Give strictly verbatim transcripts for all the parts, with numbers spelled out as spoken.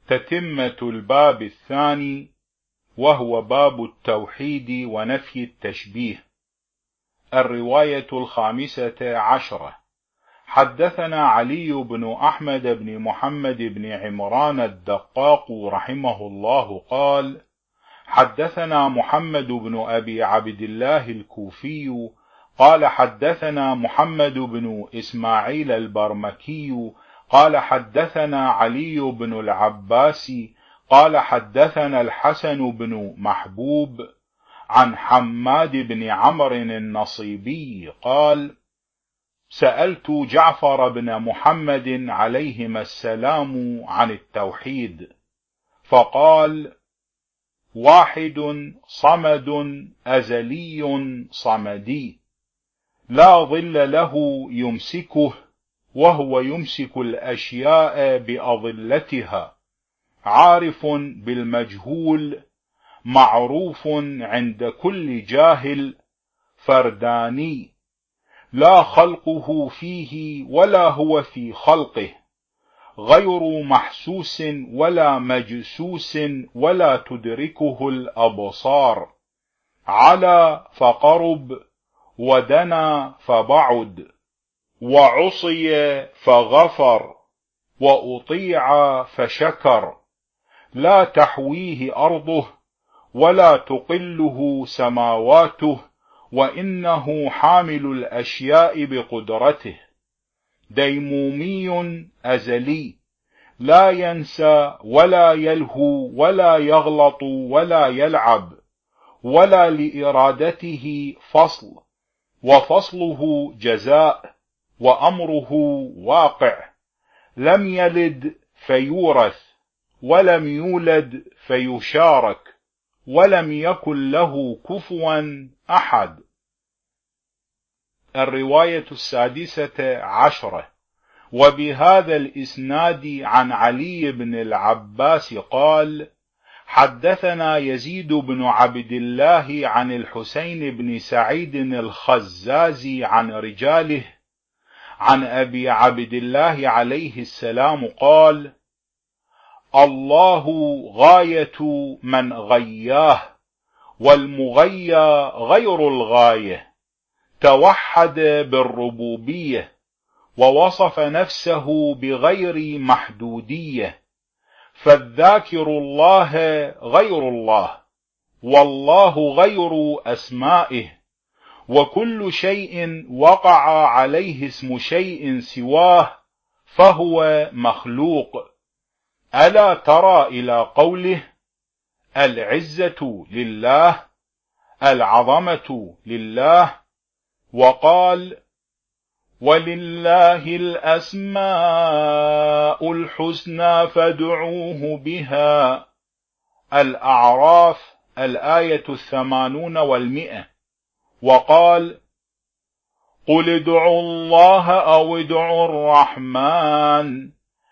تتمة الباب الثاني، وهو باب التوحيد ونفي التشبيه. الرواية الخامسة عشرة. حدثنا علي بن أحمد بن محمد بن عمران الدقاق رحمه الله قال: حدثنا محمد بن أبي عبد الله الكوفي قال حدثنا محمد بن إسماعيل البرمكي قال حدثنا علي بن العباس قال حدثنا الحسن بن محبوب عن حماد بن عمرو النصيبي قال: سألت جعفر بن محمد عليهما السلام عن التوحيد، فقال: واحد صمد أزلي صمدي، لا ظل له يمسكه، وهو يمسك الأشياء بأظلتها، عارف بالمجهول، معروف عند كل جاهل، فرداني، لا خلقه فيه ولا هو في خلقه، غير محسوس ولا مجسوس ولا تدركه الأبصار، على فقرب، ودنا فبعد، وعصي فغفر، وأطيع فشكر، لا تحويه أرضه ولا تقله سماواته، وإنه حامل الأشياء بقدرته، ديمومي أزلي، لا ينسى ولا يلهو ولا يغلط ولا يلعب، ولا لإرادته فصل، وفصله جزاء، وأمره واقع، لم يلد فيورث، ولم يولد فيشارك، ولم يكن له كفوا أحد. الرواية السادسة عشرة. وبهذا الإسناد عن علي بن العباس قال: حدثنا يزيد بن عبد الله عن الحسين بن سعيد الخزازي عن رجاله عن أبي عبد الله عليه السلام قال: الله غاية من غياه، والمغيى غير الغاية، توحد بالربوبية، ووصف نفسه بغير محدودية، فالذاكر الله غير الله، والله غير أسمائه، وكل شيء وقع عليه اسم شيء سواه فهو مخلوق. ألا ترى إلى قوله: العزة لله، العظمة لله، وقال: ولله الأسماء الحسنى فادعوه بها. الأعراف الآية الثمانون والمئة. وقال: قل ادعوا الله أو ادعوا الرحمن،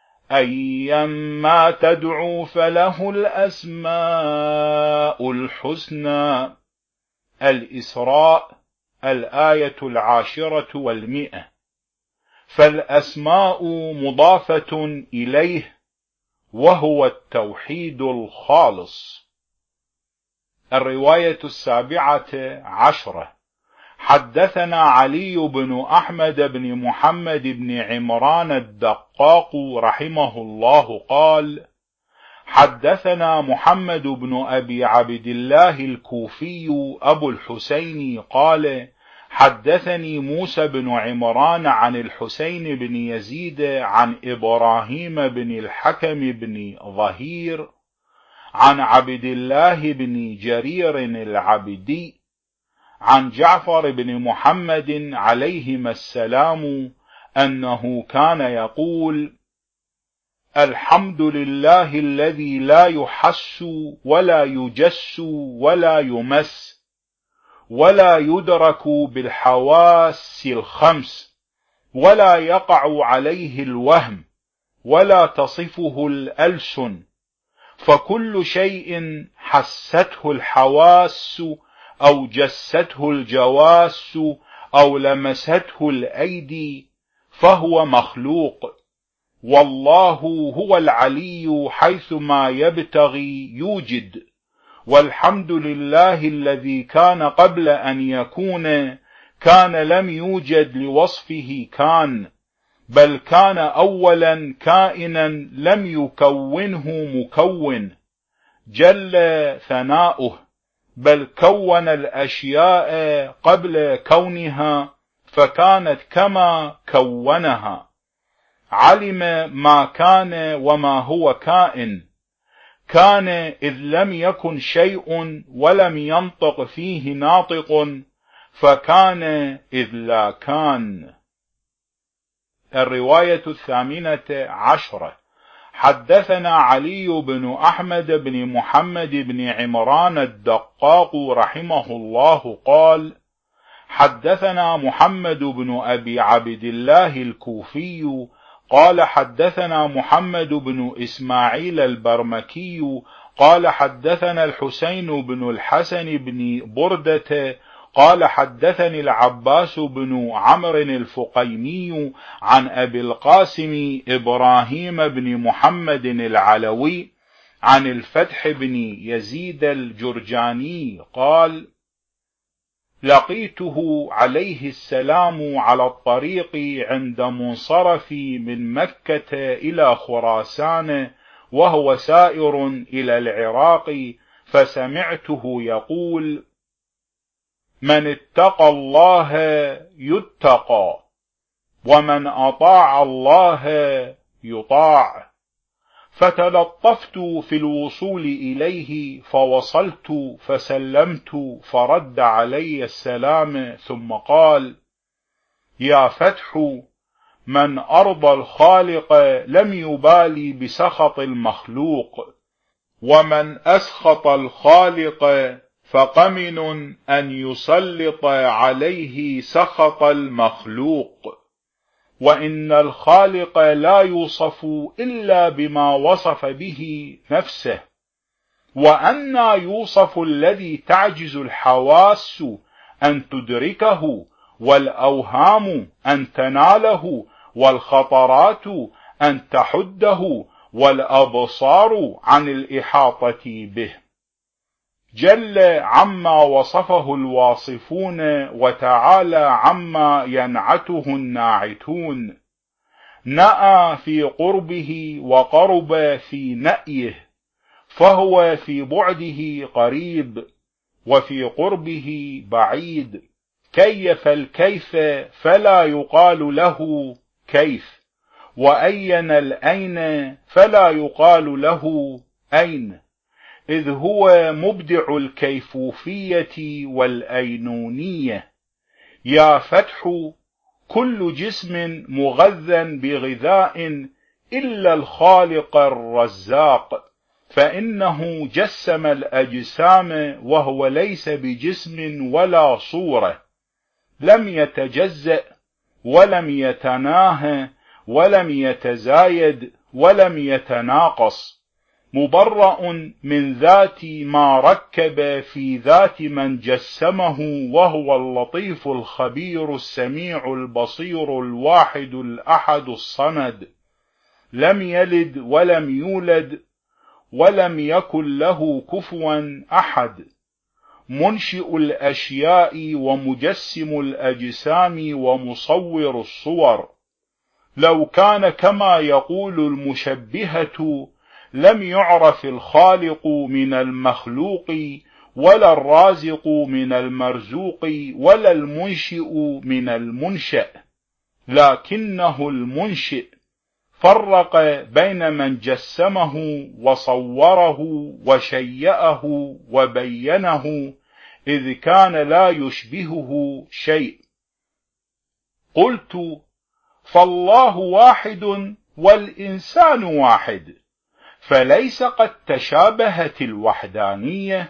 أيما تدعوا فله الأسماء الحسنى. الإسراء الآية العاشرة والمئة. فالأسماء مضافة إليه، وهو التوحيد الخالص. الرواية السابعة عشرة. حدثنا علي بن أحمد بن محمد بن عمران الدقاق رحمه الله قال: حدثنا محمد بن أبي عبد الله الكوفي أبو الحسين قال: حدثني موسى بن عمران عن الحسين بن يزيد عن إبراهيم بن الحكم بن ظهير عن عبد الله بن جرير العبدي عن جعفر بن محمد عليهما السلام أنه كان يقول: الحمد لله الذي لا يحس ولا يجس ولا يمس، ولا يدرك بالحواس الخمس، ولا يقع عليه الوهم، ولا تصفه الألسن، فكل شيء حسته الحواس أو جسته الجواس أو لمسته الأيدي فهو مخلوق، والله هو العلي حيثما يبتغي يوجد، والحمد لله الذي كان قبل أن يكون، كان لم يوجد لوصفه كان، بل كان أولا كائنا لم يكونه مكون، جل ثناؤه، بل كون الأشياء قبل كونها فكانت كما كونها، علم ما كان وما هو كائن، كان إذ لم يكن شيء ولم ينطق فيه ناطق، فكان إذ لا كان. الرواية الثامنة عشرة: حدثنا علي بن أحمد بن محمد بن عمران الدقاق رحمه الله قال: حدثنا محمد بن أبي عبد الله الكوفي قال حدثنا محمد بن إسماعيل البرمكي قال حدثنا الحسين بن الحسن بن بردة قال حدثني العباس بن عمرو الفقيمي عن أبي القاسم إبراهيم بن محمد العلوي عن الفتح بن يزيد الجرجاني قال: لقيته عليه السلام على الطريق عند منصرفي من مكة إلى خراسان وهو سائر إلى العراق، فسمعته يقول: من اتقى الله يتقى، ومن أطاع الله يطاع. فتلطفت في الوصول إليه فوصلت فسلمت، فرد علي السلام ثم قال: يا فتح، من أرضى الخالق لم يبالي بسخط المخلوق، ومن أسخط الخالق فقمن أن يسلط عليه سخط المخلوق، وإن الخالق لا يوصف إلا بما وصف به نفسه، وأنى يوصف الذي تعجز الحواس أن تدركه، والأوهام أن تناله، والخطرات أن تحده، والأبصار عن الإحاطة به. جل عما وصفه الواصفون، وتعالى عما ينعته الناعتون. نأى في قربه وقرب في نأيه، فهو في بعده قريب وفي قربه بعيد. كيف الكيف فلا يقال له كيف، وأين الأين فلا يقال له أين، إذ هو مبدع الكيفوفية والأينونية. يا فتح، كل جسم مغذى بغذاء إلا الخالق الرزاق، فإنه جسم الأجسام وهو ليس بجسم ولا صورة، لم يتجزأ ولم يتناهى ولم يتزايد ولم يتناقص، مبرأ من ذات ما ركب في ذات من جسمه، وهو اللطيف الخبير السميع البصير الواحد الأحد الصمد، لم يلد ولم يولد ولم يكن له كفوا أحد، منشئ الأشياء ومجسم الأجسام ومصور الصور. لو كان كما يقول المشبهة لم يعرف الخالق من المخلوق، ولا الرازق من المرزوق، ولا المنشئ من المنشأ، لكنه المنشئ فرق بين من جسمه وصوره وشيأه وبينه، إذ كان لا يشبهه شيء. قلت: فالله واحد والإنسان واحد، فليس قد تشابهت الوحدانية؟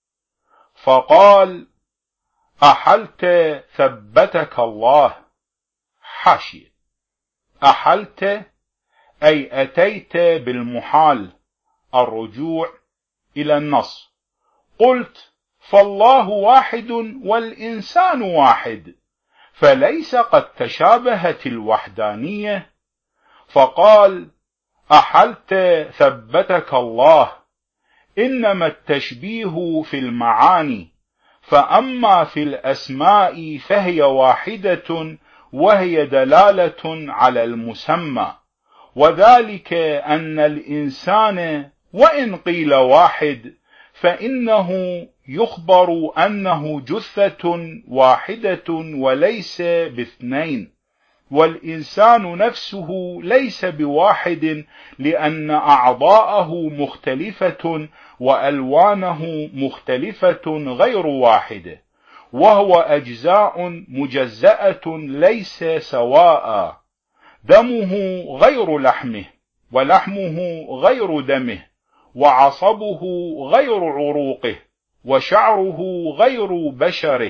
فقال: أحلت ثبتك الله. حاشية: أحلت أي أتيت بالمحال، الرجوع إلى النص. قلت: فالله واحد والإنسان واحد، فليس قد تشابهت الوحدانية؟ فقال: أحلت ثبتك الله. إنما التشبيه في المعاني، فأما في الأسماء فهي واحدة، وهي دلالة على المسمى، وذلك أن الإنسان وإن قيل واحد فإنه يخبر أنه جثة واحدة وليس باثنين، والإنسان نفسه ليس بواحد، لأن أعضاءه مختلفة وألوانه مختلفة غير واحدة، وهو أجزاء مجزأة ليس سواء، دمه غير لحمه، ولحمه غير دمه، وعصبه غير عروقه، وشعره غير بشره،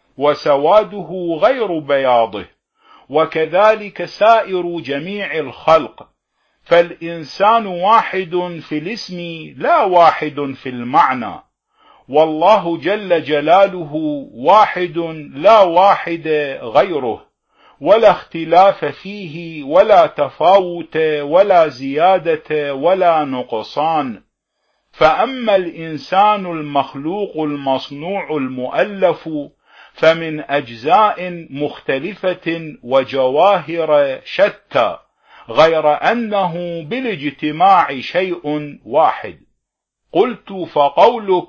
وسواده غير بياضه، وكذلك سائر جميع الخلق. فالإنسان واحد في الاسم لا واحد في المعنى، والله جل جلاله واحد لا واحد غيره، ولا اختلاف فيه ولا تفاوت ولا زيادة ولا نقصان. فأما الإنسان المخلوق المصنوع المؤلف فمن أجزاء مختلفة وجواهر شتى، غير أنه بالاجتماع شيء واحد. قلت: فقولك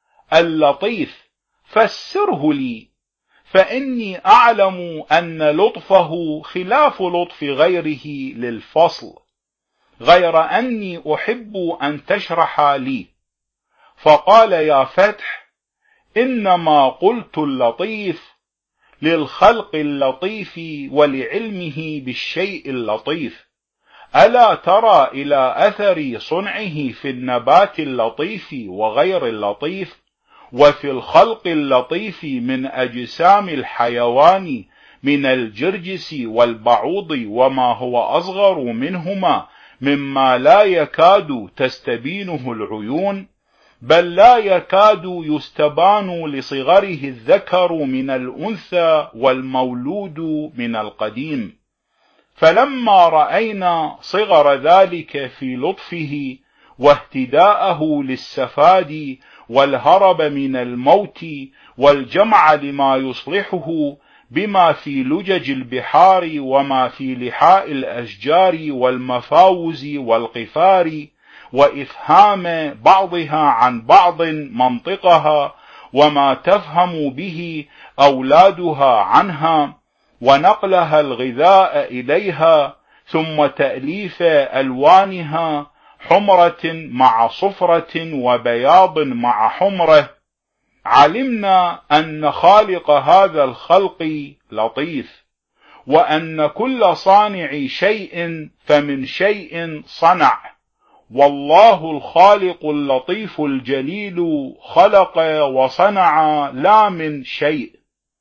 اللطيف فسره لي، فإني أعلم أن لطفه خلاف لطف غيره للفصل، غير أني أحب أن تشرح لي. فقال: يا فتح، إنما قلت اللطيف للخلق اللطيف ولعلمه بالشيء اللطيف. ألا ترى إلى أثر صنعه في النبات اللطيف وغير اللطيف، وفي الخلق اللطيف من أجسام الحيوان من الجرجس والبعوض وما هو أصغر منهما، مما لا يكاد تستبينه العيون، بل لا يكاد يستبان لصغره الذكر من الأنثى والمولود من القديم. فلما رأينا صغر ذلك في لطفه واهتداءه للسفاد والهرب من الموت والجمع لما يصلحه بما في لجج البحار وما في لحاء الأشجار والمفاوز والقفار، وإفهام بعضها عن بعض منطقها وما تفهم به أولادها عنها، ونقلها الغذاء إليها، ثم تأليف ألوانها، حمرة مع صفرة وبياض مع حمرة، علمنا أن خالق هذا الخلق لطيف، وأن كل صانع شيء فمن شيء صنع، والله الخالق اللطيف الجليل خلق وصنع لا من شيء.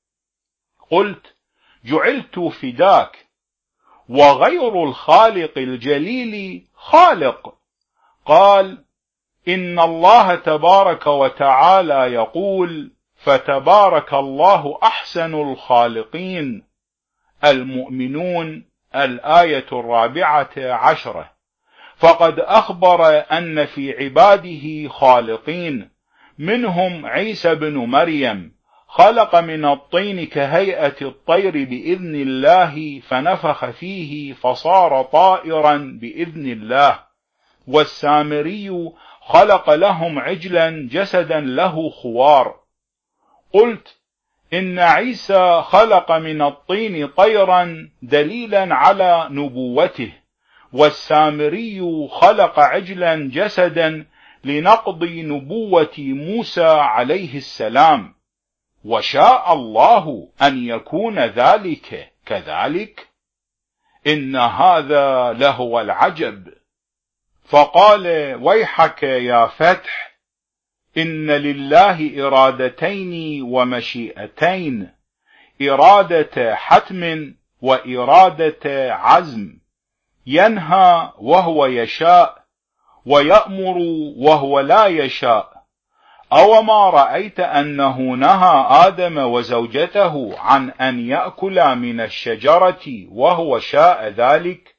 قلت: جعلت فداك، وغير الخالق الجليل خالق. قال: إن الله تبارك وتعالى يقول: فتبارك الله أحسن الخالقين. المؤمنون الآية الرابعة عشرة. فقد أخبر أن في عباده خالقين، منهم عيسى بن مريم، خلق من الطين كهيئة الطير بإذن الله، فنفخ فيه فصار طائرا بإذن الله. والسامري خلق لهم عجلا جسدا له خوار. قلت: إن عيسى خلق من الطين طيرا دليلا على نبوته، والسامري خلق عجلا جسدا لنقضي نبوة موسى عليه السلام، وشاء الله أن يكون ذلك كذلك. إن هذا لهو العجب. فقال: ويحك يا فتح، إن لله إرادتين ومشيئتين، إرادة حتم وإرادة عزم، ينهى وهو يشاء، ويأمر وهو لا يشاء. أوما رأيت أنه نهى آدم وزوجته عن أن يأكلا من الشجرة وهو شاء ذلك،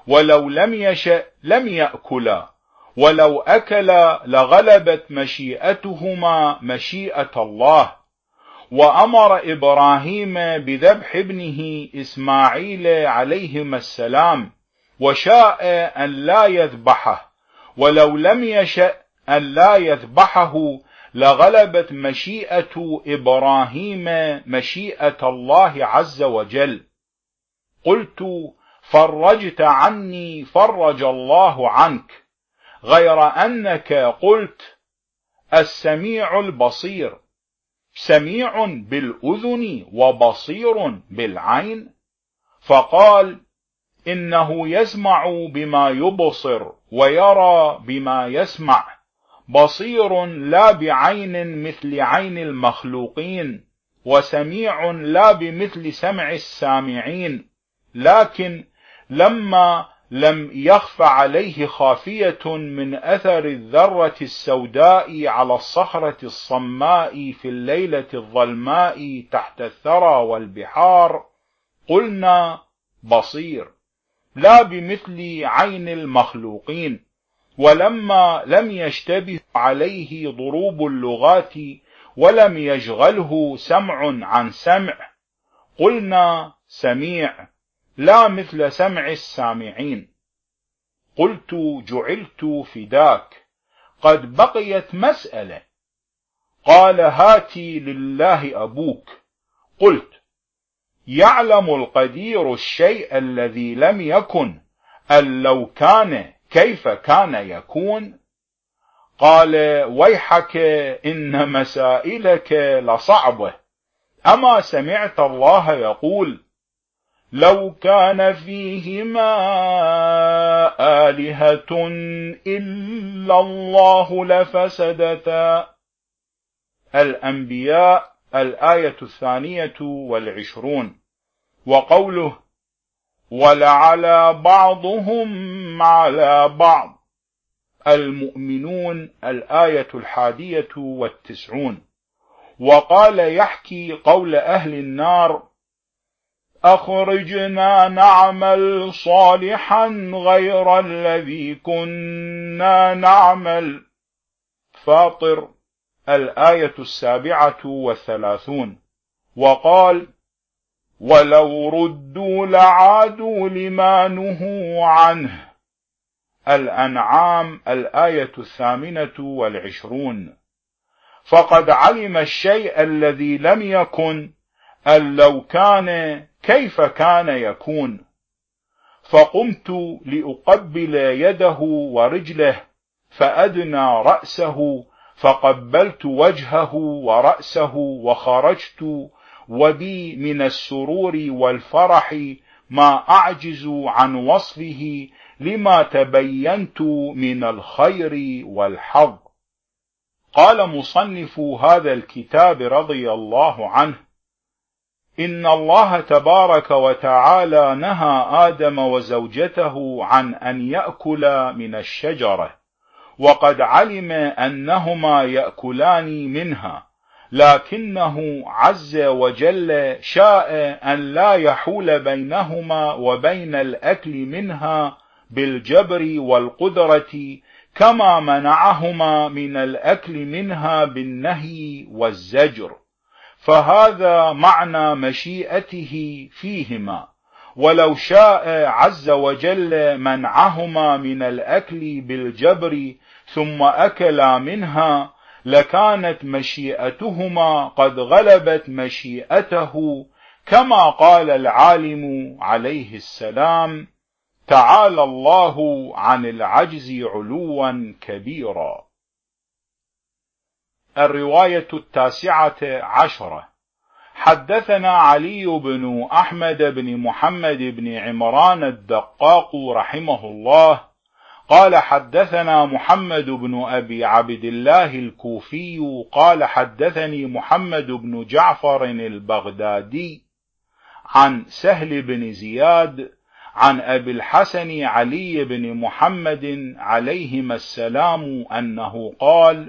ولو لم يشأ لم يأكلا، ولو أكلا لغلبت مشيئتهما مشيئة الله. وأمر إبراهيم بذبح ابنه إسماعيل عليهما السلام، وشاء أن لا يذبحه، ولو لم يشأ أن لا يذبحه لغلبت مشيئة إبراهيم مشيئة الله عز وجل. قلت: فرجت عني فرج الله عنك، غير أنك قلت السميع البصير، سميع بالأذن وبصير بالعين. فقال: إنه يسمع بما يبصر ويرى بما يسمع، بصير لا بعين مثل عين المخلوقين، وسميع لا بمثل سمع السامعين. لكن لما لم يخف عليه خافية من أثر الذرة السوداء على الصخرة الصماء في الليلة الظلماء تحت الثرى والبحار، قلنا بصير لا بمثل عين المخلوقين. ولما لم يشتبه عليه ضروب اللغات ولم يشغله سمع عن سمع، قلنا سميع لا مثل سمع السامعين. قلت: جعلت فداك، قد بقيت مسألة. قال: هاتي لله أبوك. قلت: يعلم القدير الشيء الذي لم يكن، أن لو كان كيف كان يكون؟ قال: ويحك إن مسائلك لصعبة. أما سمعت الله يقول: لو كان فيهما آلهة إلا الله لفسدتا. الأنبياء الآية الثانية والعشرون. وقوله: ولعلى بعضهم على بعض. المؤمنون الآية الحادية والتسعون. وقال يحكي قول أهل النار: أخرجنا نعمل صالحا غير الذي كنا نعمل. فاطر الآية السابعة والثلاثون. وقال: ولو ردوا لعادوا لما نهوا عنه. الأنعام الآية الثامنة والعشرون. فقد علم الشيء الذي لم يكن، أن لو كان كيف كان يكون. فقمت لأقبل يده ورجله، فأدنى رأسه، فقبلت وجهه ورأسه، وخرجت وبي من السرور والفرح ما أعجز عن وصفه، لما تبينت من الخير والحظ. قال مصنف هذا الكتاب رضي الله عنه: إن الله تبارك وتعالى نهى آدم وزوجته عن أن يأكلا من الشجرة، وقد علم أنهما يأكلان منها، لكنه عز وجل شاء أن لا يحول بينهما وبين الأكل منها بالجبر والقدرة، كما منعهما من الأكل منها بالنهي والزجر. فهذا معنى مشيئته فيهما. ولو شاء عز وجل منعهما من الأكل بالجبر ثم أكلا منها، لكانت مشيئتهما قد غلبت مشيئته، كما قال العالم عليه السلام: تعالى الله عن العجز علوا كبيرا. الرواية التاسعة عشرة. حدثنا علي بن أحمد بن محمد بن عمران الدقاق رحمه الله قال: حدثنا محمد بن أبي عبد الله الكوفي قال: حدثني محمد بن جعفر البغدادي عن سهل بن زياد عن أبي الحسن علي بن محمد عليهما السلام أنه قال: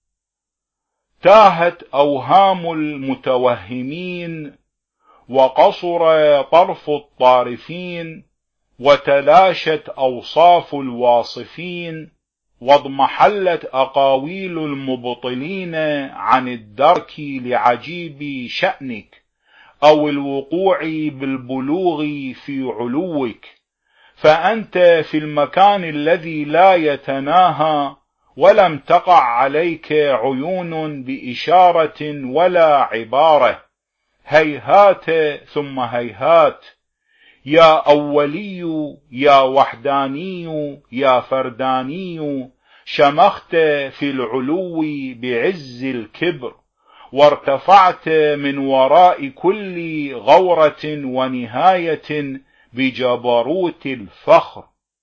تاهت أوهام المتوهمين، وقصر طرف الطارفين، وتلاشت أوصاف الواصفين، واضمحلت أقاويل المبطلين عن الدرك لعجيب شأنك أو الوقوع بالبلوغ في علوك، فأنت في المكان الذي لا يتناهى، ولم تقع عليك عيون بإشارة ولا عبارة. هيهات ثم هيهات، يا أولي يا وحداني يا فرداني، شمخت في العلو بعز الكبر، وارتفعت من وراء كل غورة ونهاية بجبروت الفخر.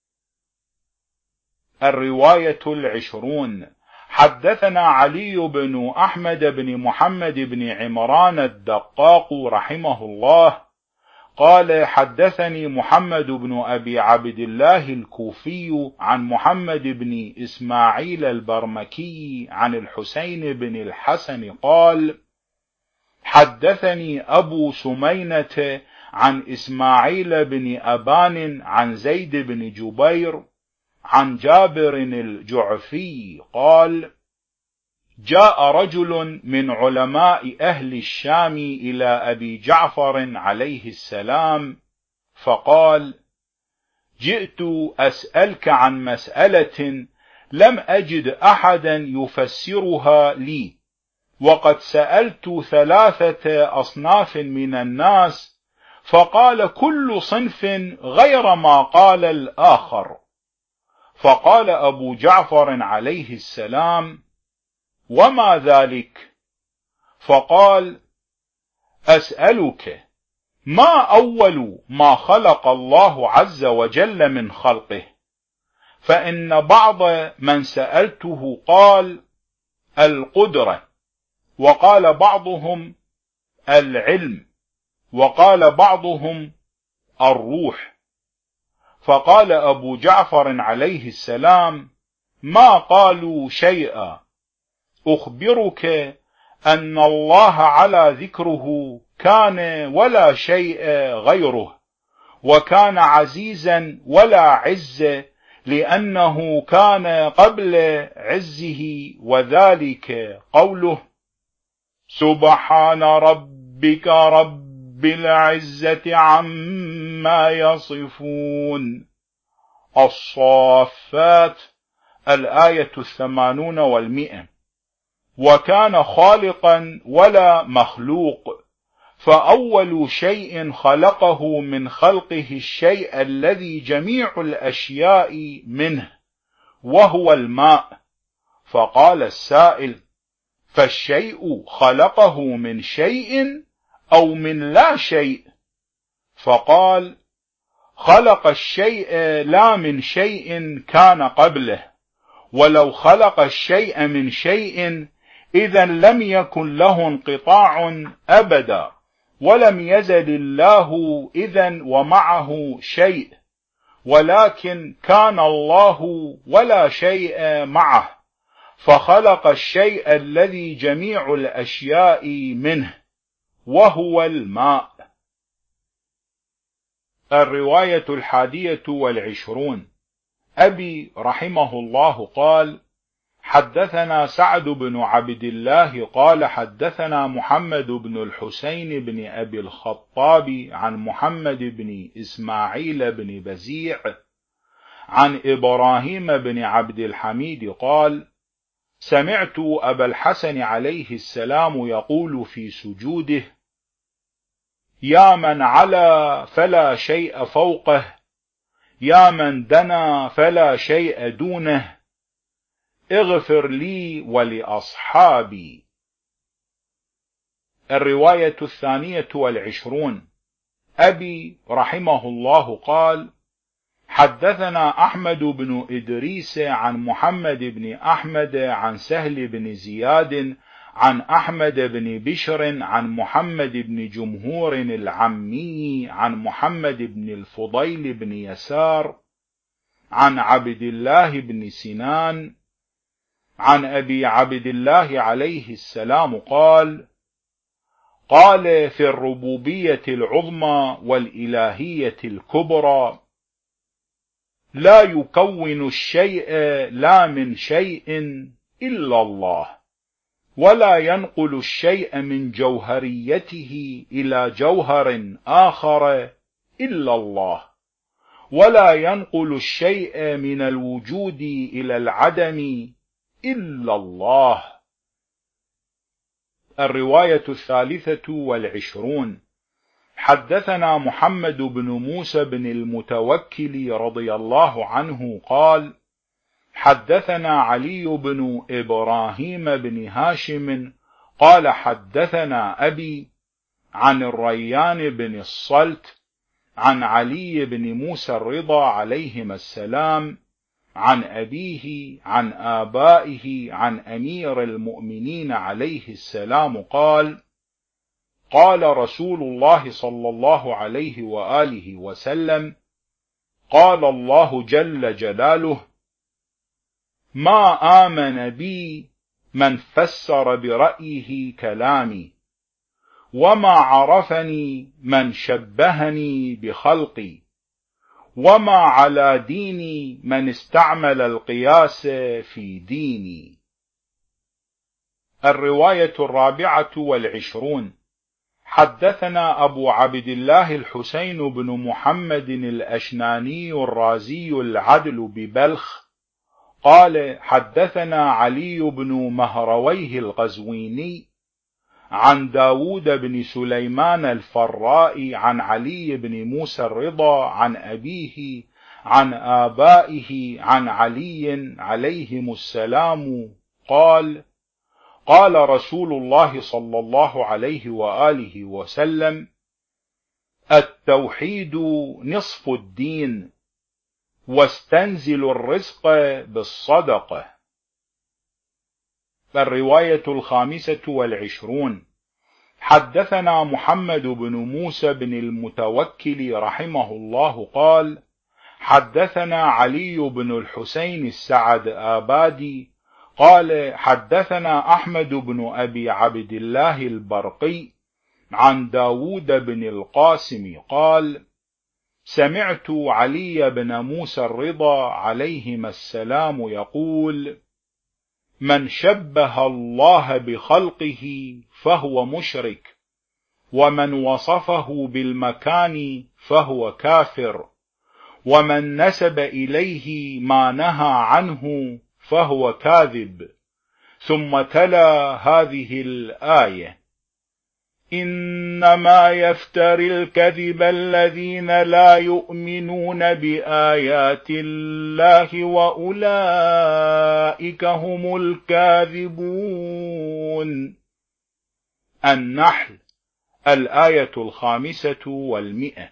الرواية العشرون. حدثنا علي بن أحمد بن محمد بن عمران الدقاق رحمه الله قال حدثني محمد بن أبي عبد الله الكوفي عن محمد بن إسماعيل البرمكي عن الحسين بن الحسن قال حدثني أبو سمينة عن إسماعيل بن أبان عن زيد بن جبير عن جابر الجعفي قال جاء رجل من علماء أهل الشام إلى أبي جعفر عليه السلام فقال جئت أسألك عن مسألة لم أجد أحدا يفسرها لي، وقد سألت ثلاثة أصناف من الناس فقال كل صنف غير ما قال الآخر. فقال أبو جعفر عليه السلام وما ذلك؟ فقال أسألك ما أول ما خلق الله عز وجل من خلقه؟ فإن بعض من سألته قال القدرة، وقال بعضهم العلم، وقال بعضهم الروح. فقال أبو جعفر عليه السلام ما قالوا شيئا، أخبرك أن الله على ذكره كان ولا شيء غيره، وكان عزيزا ولا عز، لأنه كان قبل عزه، وذلك قوله سبحان ربك رب العزة عما يصفون. الصافات الآية الثمانون والمئة. وكان خالقا ولا مخلوق، فأول شيء خلقه من خلقه الشيء الذي جميع الأشياء منه، وهو الماء. فقال السائل فالشيء خلقه من شيء أو من لا شيء؟ فقال خلق الشيء لا من شيء كان قبله، ولو خلق الشيء من شيء إذا لم يكن له انقطاع أبدا، ولم يزل الله إذا ومعه شيء، ولكن كان الله ولا شيء معه، فخلق الشيء الذي جميع الأشياء منه، وهو الماء. الرواية الحادية والعشرون. أبي رحمه الله قال حدثنا سعد بن عبد الله قال حدثنا محمد بن الحسين بن أبي الخطاب عن محمد بن إسماعيل بن بزيع عن إبراهيم بن عبد الحميد قال سمعت أبا الحسن عليه السلام يقول في سجوده يا من علا فلا شيء فوقه، يا من دنا فلا شيء دونه، اغفر لي ولأصحابي. الرواية الثانية والعشرون. أبي رحمه الله قال حدثنا أحمد بن إدريس عن محمد بن أحمد عن سهل بن زياد عن أحمد بن بشر عن محمد بن جمهور العمي عن محمد بن الفضيل بن يسار عن عبد الله بن سنان عن أبي عبد الله عليه السلام قال قال في الربوبية العظمى والإلهية الكبرى لا يكون الشيء لا من شيء إلا الله، ولا ينقل الشيء من جوهريته إلى جوهر آخر إلا الله، ولا ينقل الشيء من الوجود إلى العدم إلا الله. الرواية الثالثة والعشرون: حدثنا محمد بن موسى بن المتوكل رضي الله عنه قال: حدثنا علي بن إبراهيم بن هاشم قال: حدثنا أبي عن الريان بن الصلت عن علي بن موسى الرضا عليهما السلام عن أبيه عن آبائه عن أمير المؤمنين عليه السلام قال: قال رسول الله صلى الله عليه وآله وسلم: قال الله جل جلاله: ما آمن بي من فسر برأيه كلامي، وما عرفني من شبهني بخلقي، وما على ديني من استعمل القياس في ديني. الرواية الرابعة والعشرون: حدثنا أبو عبد الله الحسين بن محمد الأشناني الرازي العدل ببلخ قال: حدثنا علي بن مهرويه القزويني عن داود بن سليمان الفراء عن علي بن موسى الرضا عن أبيه عن آبائه عن علي عليهم السلام قال: قال رسول الله صلى الله عليه وآله وسلم: التوحيد نصف الدين، واستنزل الرزق بالصدقة. الرواية الخامسة والعشرون: حدثنا محمد بن موسى بن المتوكل رحمه الله قال: حدثنا علي بن الحسين السعد آبادي قال: حدثنا أحمد بن أبي عبد الله البرقي عن داود بن القاسم قال: سمعت علي بن موسى الرضا عليهما السلام يقول: من شبه الله بخلقه فهو مشرك، ومن وصفه بالمكان فهو كافر، ومن نسب إليه ما نهى عنه فهو كاذب. ثم تلا هذه الآية: إنما يفتري الكذب الذين لا يؤمنون بآيات الله وأولئك هم الكاذبون. النحل الآية الخامسة والمئة.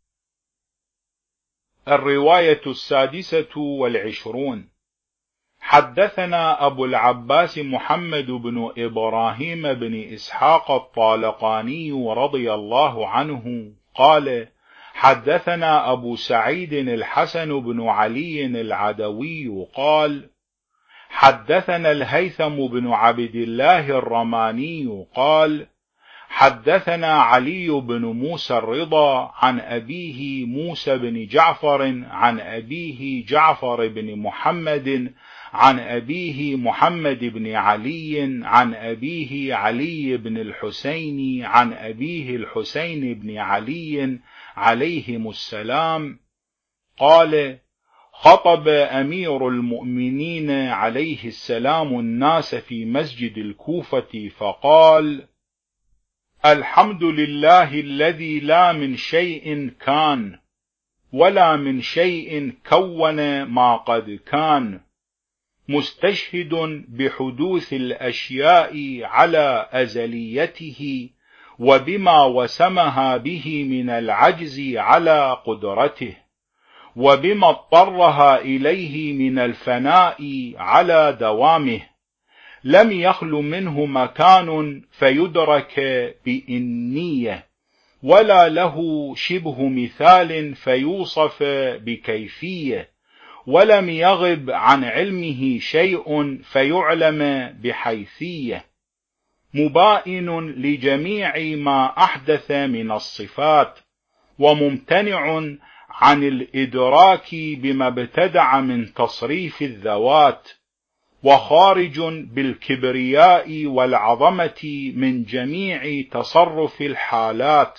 الرواية السادسة والعشرون: حدثنا أبو العباس محمد بن إبراهيم بن إسحاق الطالقاني رضي الله عنه قال: حدثنا أبو سعيد الحسن بن علي العدوي قال: حدثنا الهيثم بن عبد الله الرماني قال: حدثنا علي بن موسى الرضا عن أبيه موسى بن جعفر عن أبيه جعفر بن محمد عن أبيه محمد بن علي عن أبيه علي بن الحسين عن أبيه الحسين بن علي عليهم السلام قال: خطب أمير المؤمنين عليه السلام الناس في مسجد الكوفة فقال: الحمد لله الذي لا من شيء كان، ولا من شيء كون ما قد كان، مستشهد بحدوث الأشياء على أزليته، وبما وسمها به من العجز على قدرته، وبما اضطرها إليه من الفناء على دوامه، لم يخل منه مكان فيدرك بإنية، ولا له شبه مثال فيوصف بكيفية، ولم يغب عن علمه شيء فيعلم بحيثية، مبائن لجميع ما أحدث من الصفات، وممتنع عن الإدراك بما ابتدع من تصريف الذوات، وخارج بالكبرياء والعظمة من جميع تصرف الحالات،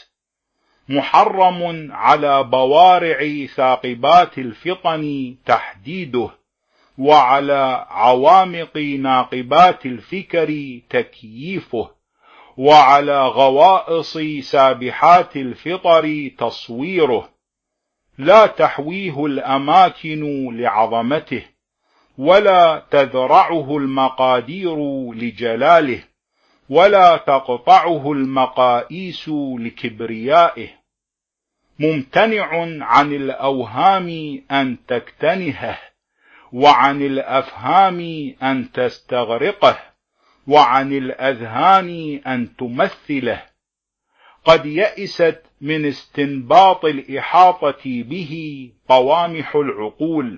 محرم على بوارع ثاقبات الفطن تحديده، وعلى عوامق ناقبات الفكر تكييفه، وعلى غوائص سابحات الفطر تصويره، لا تحويه الأماكن لعظمته، ولا تذرعه المقادير لجلاله، ولا تقطعه المقائيس لكبريائه، ممتنع عن الأوهام أن تكتنهه، وعن الأفهام أن تستغرقه، وعن الأذهان أن تمثله، قد يئست من استنباط الإحاطة به طوامح العقول،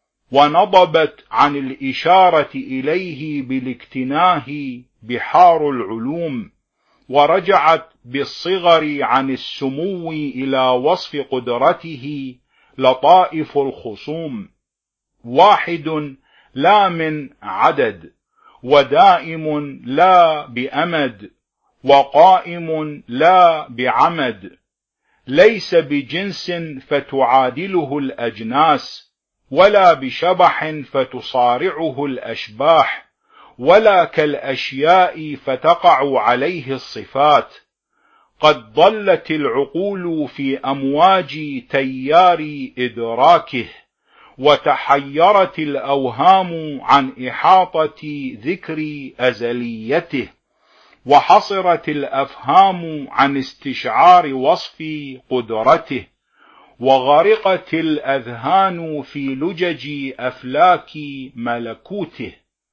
ونضبت عن الإشارة إليه بالاكتناه بحار العلوم، ورجعت بالصغر عن السمو إلى وصف قدرته لطائف الخصوم، واحد لا من عدد، ودائم لا بأمد، وقائم لا بعمد، ليس بجنس فتعادله الأجناس، ولا بشبح فتصارعه الأشباح، ولا كالأشياء فتقع عليه الصفات. قد ضلت العقول في أمواج تيار إدراكه، وتحيرت الأوهام عن إحاطة ذكر أزليته، وحصرت الأفهام عن استشعار وصف قدرته، وغرقت الأذهان في لجج أفلاك ملكوته،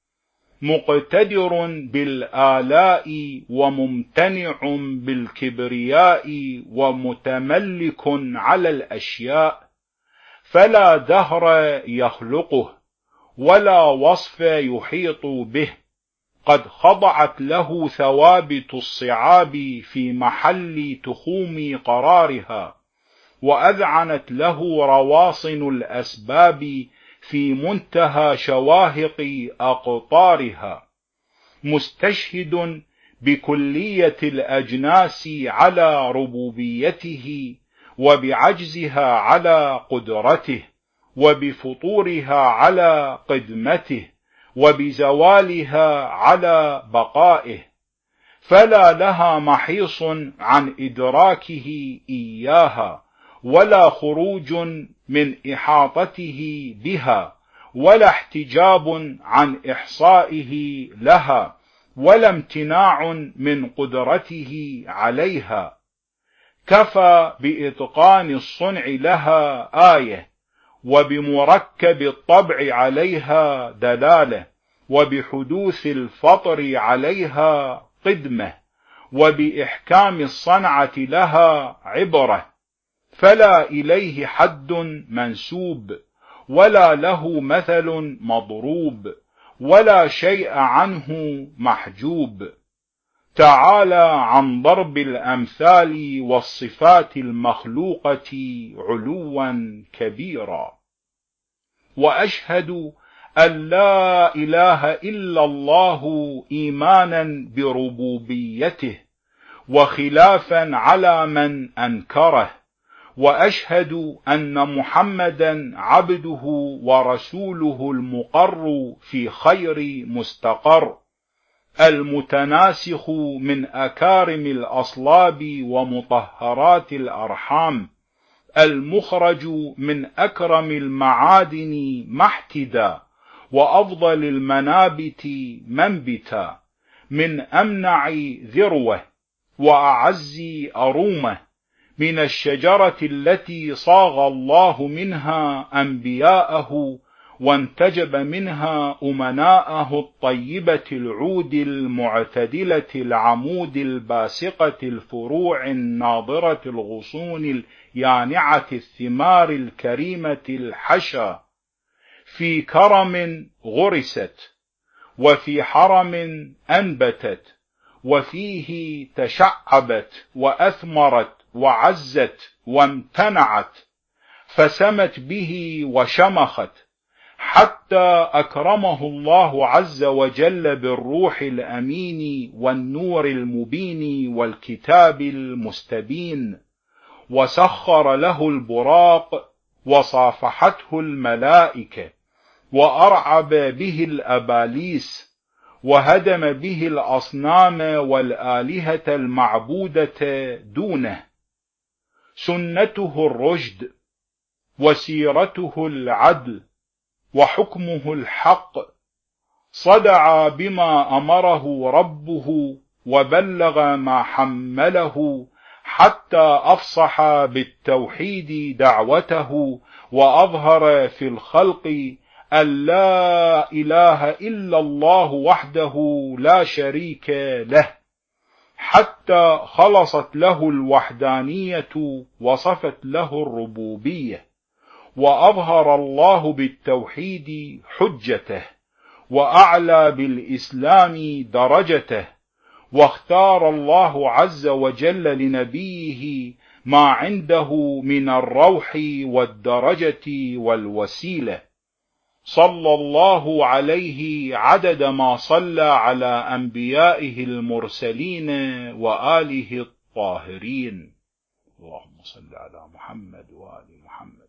مقتدر بالآلاء وممتنع بالكبرياء ومتملك على الأشياء، فلا دهر يخلقه ولا وصف يحيط به، قد خضعت له ثوابت الصعاب في محل تخوم قرارها، وأذعنت له رواصن الأسباب في منتهى شواهق أقطارها، مستشهد بكلية الأجناس على ربوبيته، وبعجزها على قدرته، وبفطورها على قدمته، وبزوالها على بقائه، فلا لها محيص عن إدراكه إياها، ولا خروج من إحاطته بها، ولا احتجاب عن إحصائه لها، ولا امتناع من قدرته عليها. كفى بإتقان الصنع لها آية، وبمركب الطبع عليها دلالة، وبحدوث الفطر عليها قدمة، وبإحكام الصنعة لها عبرة، فلا إليه حد منسوب، ولا له مثل مضروب، ولا شيء عنه محجوب، تعالى عن ضرب الأمثال والصفات المخلوقة علوا كبيرا. وأشهد أن لا إله إلا الله إيمانا بربوبيته، وخلافا على من أنكره، وأشهد أن محمدا عبده ورسوله المقر في خير مستقر، المتناسخ من أكارم الأصلاب ومطهرات الأرحام، المخرج من أكرم المعادن محتدا، وأفضل المنابت منبتا، من أمنع ذروة وأعز أرومة، من الشجرة التي صاغ الله منها أنبياءه، وانتجب منها أمناءه الطيبة العود المعتدلة العمود الباسقة الفروع الناضرة الغصون اليانعة الثمار الكريمة الحشا، في كرم غرست، وفي حرم أنبتت، وفيه تشعبت وأثمرت وعزت وامتنعت، فسمت به وشمخت، حتى أكرمه الله عز وجل بالروح الأمين والنور المبين والكتاب المستبين، وسخر له البراق وصافحته الملائكة، وأرعب به الأباليس، وهدم به الأصنام والآلهة المعبودة دونه. سنته الرشد، وسيرته العدل، وحكمه الحق، صدع بما أمره ربه، وبلغ ما حمله، حتى أفصح بالتوحيد دعوته، وأظهر في الخلق أن لا إله إلا الله وحده لا شريك له، حتى خلصت له الوحدانية وصفت له الربوبية، وأظهر الله بالتوحيد حجته، وأعلى بالإسلام درجته، واختار الله عز وجل لنبيه ما عنده من الروح والدرجة والوسيلة، صلى الله عليه عدد ما صلى على أنبيائه المرسلين وآله الطاهرين. اللهم صل على محمد وآل محمد.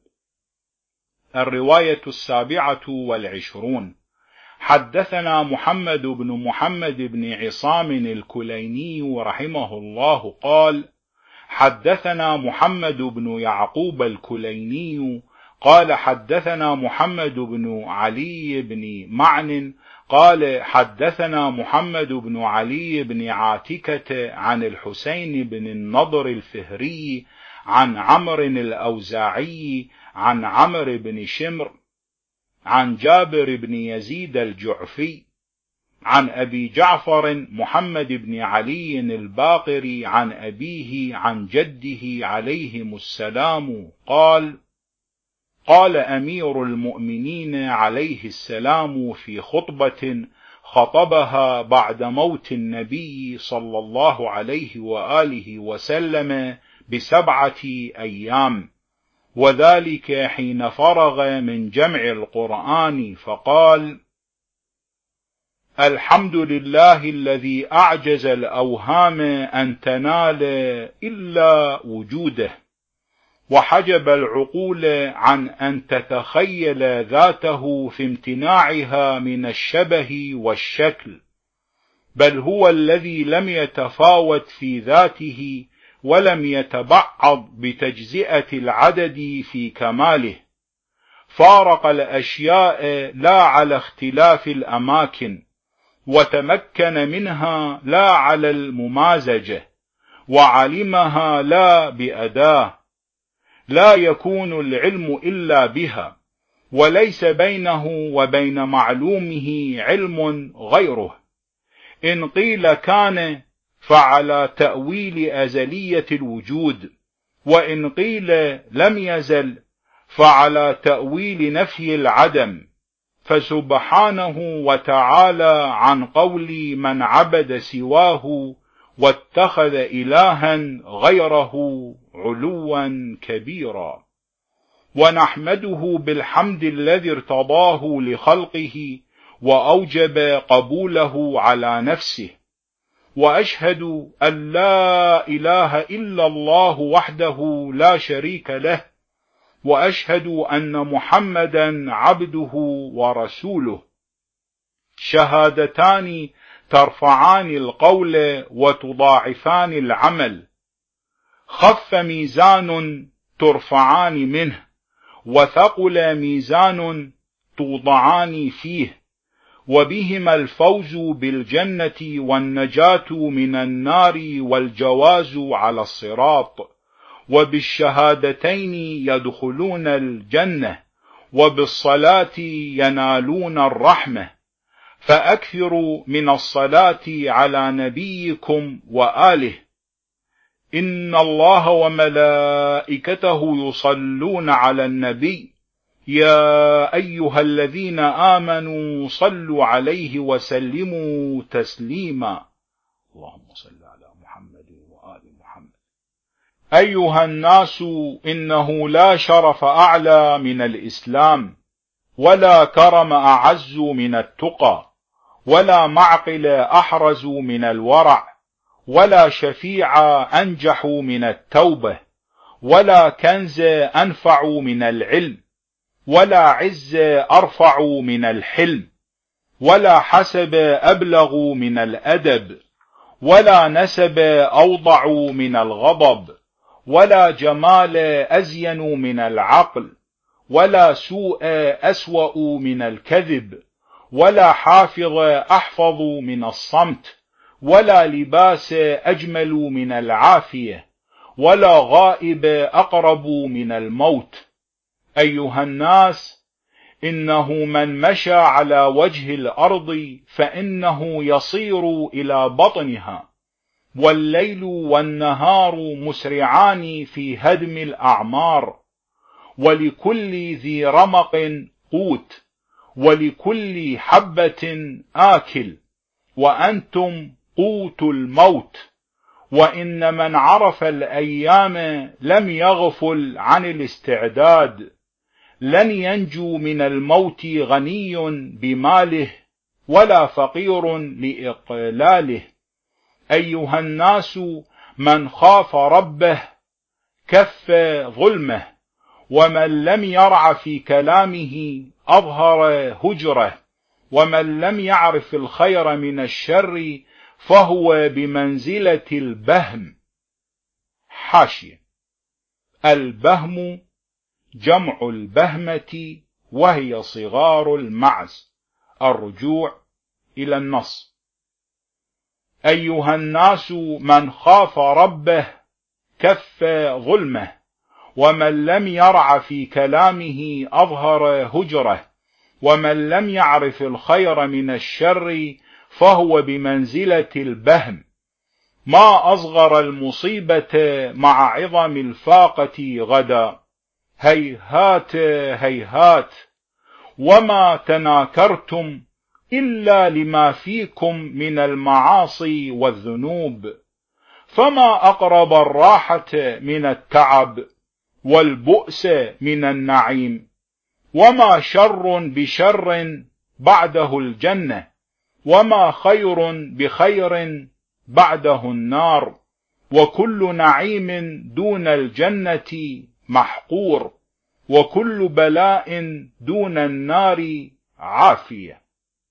الرواية السابعة والعشرون. حدثنا محمد بن محمد بن عصام الكليني رحمه الله قال: حدثنا محمد بن يعقوب الكليني قال حدثنا محمد بن علي بن معن قال حدثنا محمد بن علي بن عاتكة عن الحسين بن النضر الفهري عن عمرو الأوزاعي عن عمرو بن شمر عن جابر بن يزيد الجعفي عن أبي جعفر محمد بن علي الباقري عن أبيه عن جده عليهم السلام قال: قال أمير المؤمنين عليه السلام في خطبة خطبها بعد موت النبي صلى الله عليه وآله وسلم بسبعة أيام، وذلك حين فرغ من جمع القرآن، فقال: الحمد لله الذي أعجز الأوهام أن تنال إلا وجوده، وحجب العقول عن أن تتخيل ذاته في امتناعها من الشبه والشكل، بل هو الذي لم يتفاوت في ذاته ولم يتبعض بتجزئة العدد في كماله، فارق الأشياء لا على اختلاف الأماكن، وتمكن منها لا على الممازجة، وعلمها لا بأداة، لا يكون العلم إلا بها، وليس بينه وبين معلومه علم غيره. إن قيل كان فعلى تأويل أزلية الوجود، وإن قيل لم يزل فعلى تأويل نفي العدم، فسبحانه وتعالى عن قول من عبد سواه واتخذ إلها غيره علوا كبيرا. ونحمده بالحمد الذي ارتضاه لخلقه وأوجب قبوله على نفسه، وأشهد أن لا إله إلا الله وحده لا شريك له، وأشهد أن محمدا عبده ورسوله، شهادتان ترفعان القول وتضاعفان العمل، خف ميزان ترفعان منه، وثقل ميزان توضعان فيه، وبهما الفوز بالجنة والنجاة من النار والجواز على الصراط، وبالشهادتين يدخلون الجنة، وبالصلاة ينالون الرحمة، فأكثروا من الصلاة على نبيكم وآله. إن الله وملائكته يصلون على النبي، يا أيها الذين آمنوا صلوا عليه وسلموا تسليما. اللهم صل على محمد وآل محمد. أيها الناس، إنه لا شرف أعلى من الإسلام، ولا كرم أعز من التقى، ولا معقل أحرز من الورع، ولا شفيع أنجح من التوبة، ولا كنز أنفع من العلم، ولا عز أرفع من الحلم، ولا حسب أبلغ من الأدب، ولا نسب أوضع من الغضب، ولا جمال أزين من العقل، ولا سوء أسوأ من الكذب، ولا حافظ أحفظ من الصمت، ولا لباس أجمل من العافية، ولا غائب أقرب من الموت. أيها الناس، إنه من مشى على وجه الأرض فإنه يصير إلى بطنها، والليل والنهار مسرعان في هدم الأعمار، ولكل ذي رمق قوت، ولكل حبة آكل، وأنتم قوت الموت. وإن من عرف الأيام لم يغفل عن الاستعداد. لن ينجو من الموت غني بماله، ولا فقير لإقلاله. أيها الناس، من خاف ربه كف ظلمه، ومن لم يرع في كلامه أظهر هجره، ومن لم يعرف الخير من الشر فهو بمنزلة البهم. حاشية: البهم جمع البهمة، وهي صغار المعز. الرجوع إلى النص. أيها الناس، من خاف ربه كف ظلمه، ومن لم يرع في كلامه أظهر هجره، ومن لم يعرف الخير من الشر فهو بمنزلة البهم. ما أصغر المصيبة مع عظم الفاقة غدا، هيهات هيهات، وما تناكرتم إلا لما فيكم من المعاصي والذنوب. فما أقرب الراحة من التعب، والبؤس من النعيم، وما شر بشر بعده الجنة، وما خير بخير بعده النار، وكل نعيم دون الجنة محقور، وكل بلاء دون النار عافية.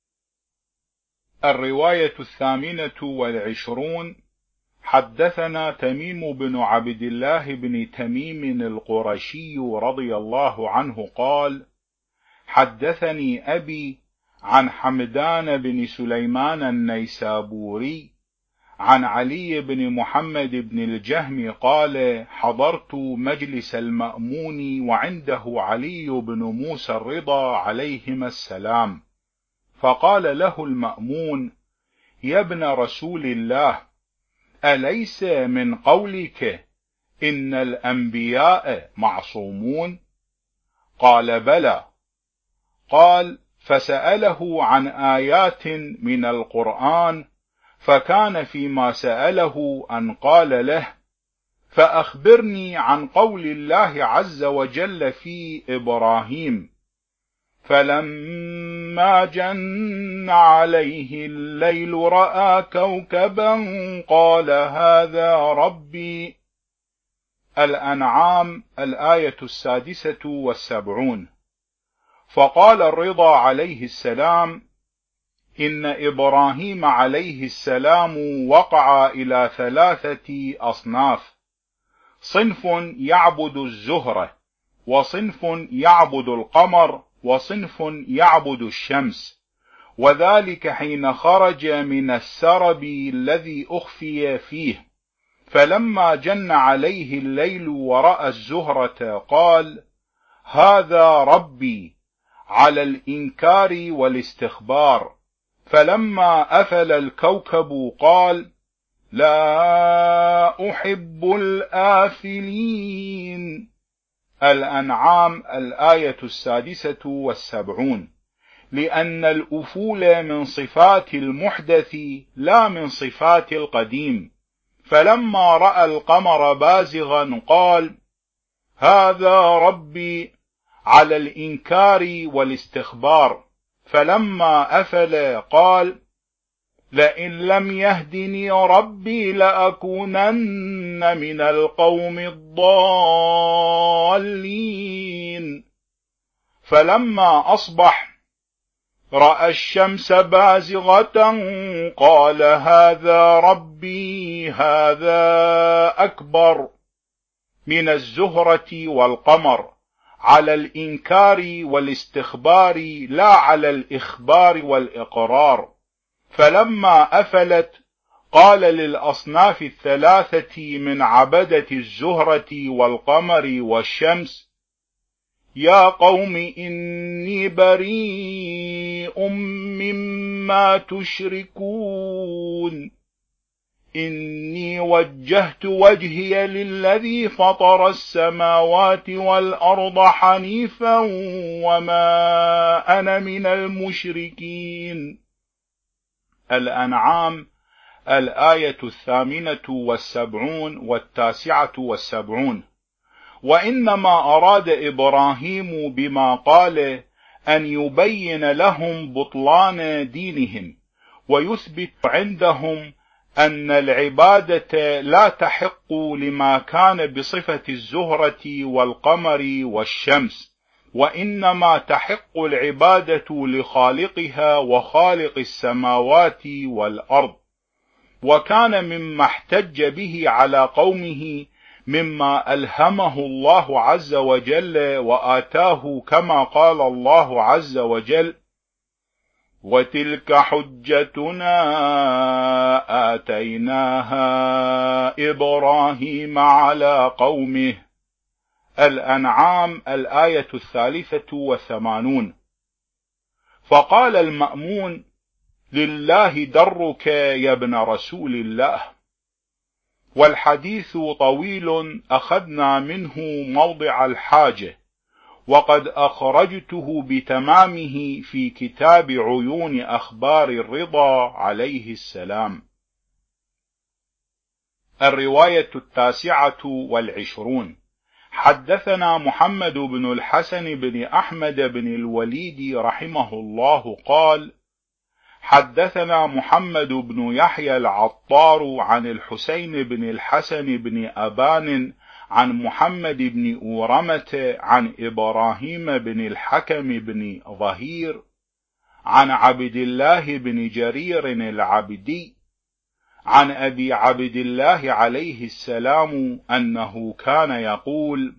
الرواية الثامنة والعشرون: حدثنا تميم بن عبد الله بن تميم القرشي رضي الله عنه قال: حدثني أبي عن حمدان بن سليمان النيسابوري عن علي بن محمد بن الجهم قال: حضرت مجلس المأمون وعنده علي بن موسى الرضا عليهما السلام، فقال له المأمون: يا ابن رسول الله، أليس من قولك إن الأنبياء معصومون؟ قال: بلى. قال: فسأله عن آيات من القرآن، فكان فيما سأله أن قال له: فأخبرني عن قول الله عز وجل في إبراهيم: فلما جن عليه الليل رأى كوكبا قال هذا ربي. الأنعام الآية السادسة والسبعون. فقال الرضا عليه السلام: إن إبراهيم عليه السلام وقع إلى ثلاثة أصناف: صنف يعبد الزهرة، وصنف يعبد القمر، وصنف يعبد الشمس، وذلك حين خرج من السرب الذي أخفي فيه، فلما جن عليه الليل ورأى الزهرة قال: هذا ربي، على الإنكار والاستخبار. فلما أفل الكوكب قال: لا أحب الآفلين. الأنعام الآية السادسة والسبعون. لأن الأفول من صفات المحدث لا من صفات القديم، فلما رأى القمر بازغا قال: هذا ربي، على الإنكار والاستخبار. فلما أفل قال: لئن لم يهدني ربي لأكونن من القوم الضالين. فلما أصبح رأى الشمس بازغة قال: هذا ربي، هذا أكبر، من الزهرة والقمر، على الإنكار والاستخبار لا على الإخبار والإقرار. فلما أفلت قال للأصناف الثلاثة من عبدة الزهرة والقمر والشمس: يا قوم إني بريء مما تشركون، إني وجهت وجهي للذي فطر السماوات والأرض حنيفا وما أنا من المشركين. الأنعام الآية الثامنة والسبعون والتاسعة والسبعون. وإنما أراد إبراهيم بما قال أن يبين لهم بطلان دينهم، ويثبت عندهم أن العبادة لا تحق لما كان بصفة الزهرة والقمر والشمس، وإنما تحق العبادة لخالقها وخالق السماوات والأرض. وكان مما احتج به على قومه مما ألهمه الله عز وجل وآتاه، كما قال الله عز وجل: وتلك حجتنا آتيناها إبراهيم على قومه. الأنعام الآية الثالثة والثمانون. فقال المأمون: لله درك يا ابن رسول الله. والحديث طويل أخذنا منه موضع الحاجة، وقد أخرجته بتمامه في كتاب عيون أخبار الرضا عليه السلام. الرواية التاسعة والعشرون. حدثنا محمد بن الحسن بن أحمد بن الوليد رحمه الله قال: حدثنا محمد بن يحيى العطار عن الحسين بن الحسن بن أبان عن محمد بن أورمة عن إبراهيم بن الحكم بن ظهير عن عبد الله بن جرير العبدي عن أبي عبد الله عليه السلام أنه كان يقول: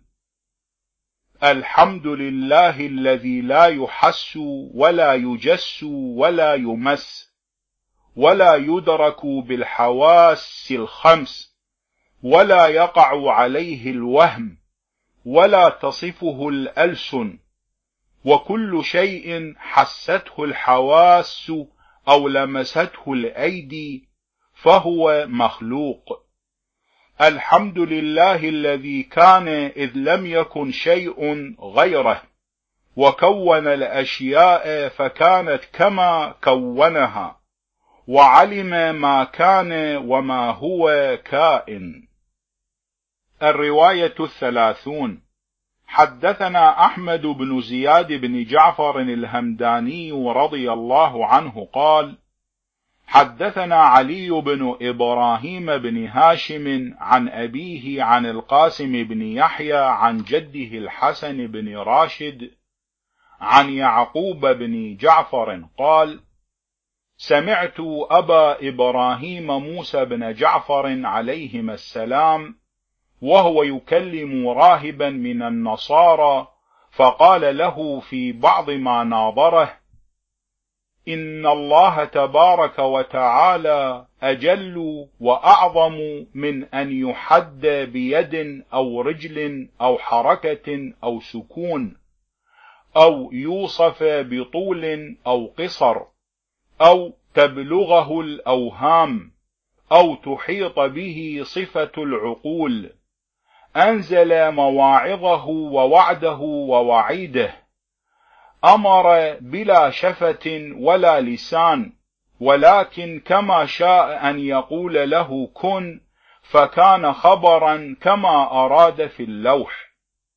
الحمد لله الذي لا يحس ولا يجس ولا يمس ولا يدرك بالحواس الخمس، ولا يقع عليه الوهم، ولا تصفه الألسن، وكل شيء حسته الحواس أو لمسته الأيدي فهو مخلوق. الحمد لله الذي كان إذ لم يكن شيء غيره، وكون الأشياء فكانت كما كونها، وعلم ما كان وما هو كائن. الرواية الثلاثون. حدثنا أحمد بن زياد بن جعفر الهمداني رضي الله عنه قال: حدثنا علي بن إبراهيم بن هاشم عن أبيه عن القاسم بن يحيى عن جده الحسن بن راشد عن يعقوب بن جعفر قال: سمعت أبا إبراهيم موسى بن جعفر عليهما السلام وهو يكلم راهبا من النصارى، فقال له في بعض ما ناظره: إن الله تبارك وتعالى أجل وأعظم من أن يحد بيد أو رجل أو حركة أو سكون، أو يوصف بطول أو قصر، أو تبلغه الأوهام، أو تحيط به صفة العقول. أنزل مواعظه ووعده ووعيده، أمر بلا شفة ولا لسان، ولكن كما شاء أن يقول له كن فكان خبرا كما أراد في اللوح.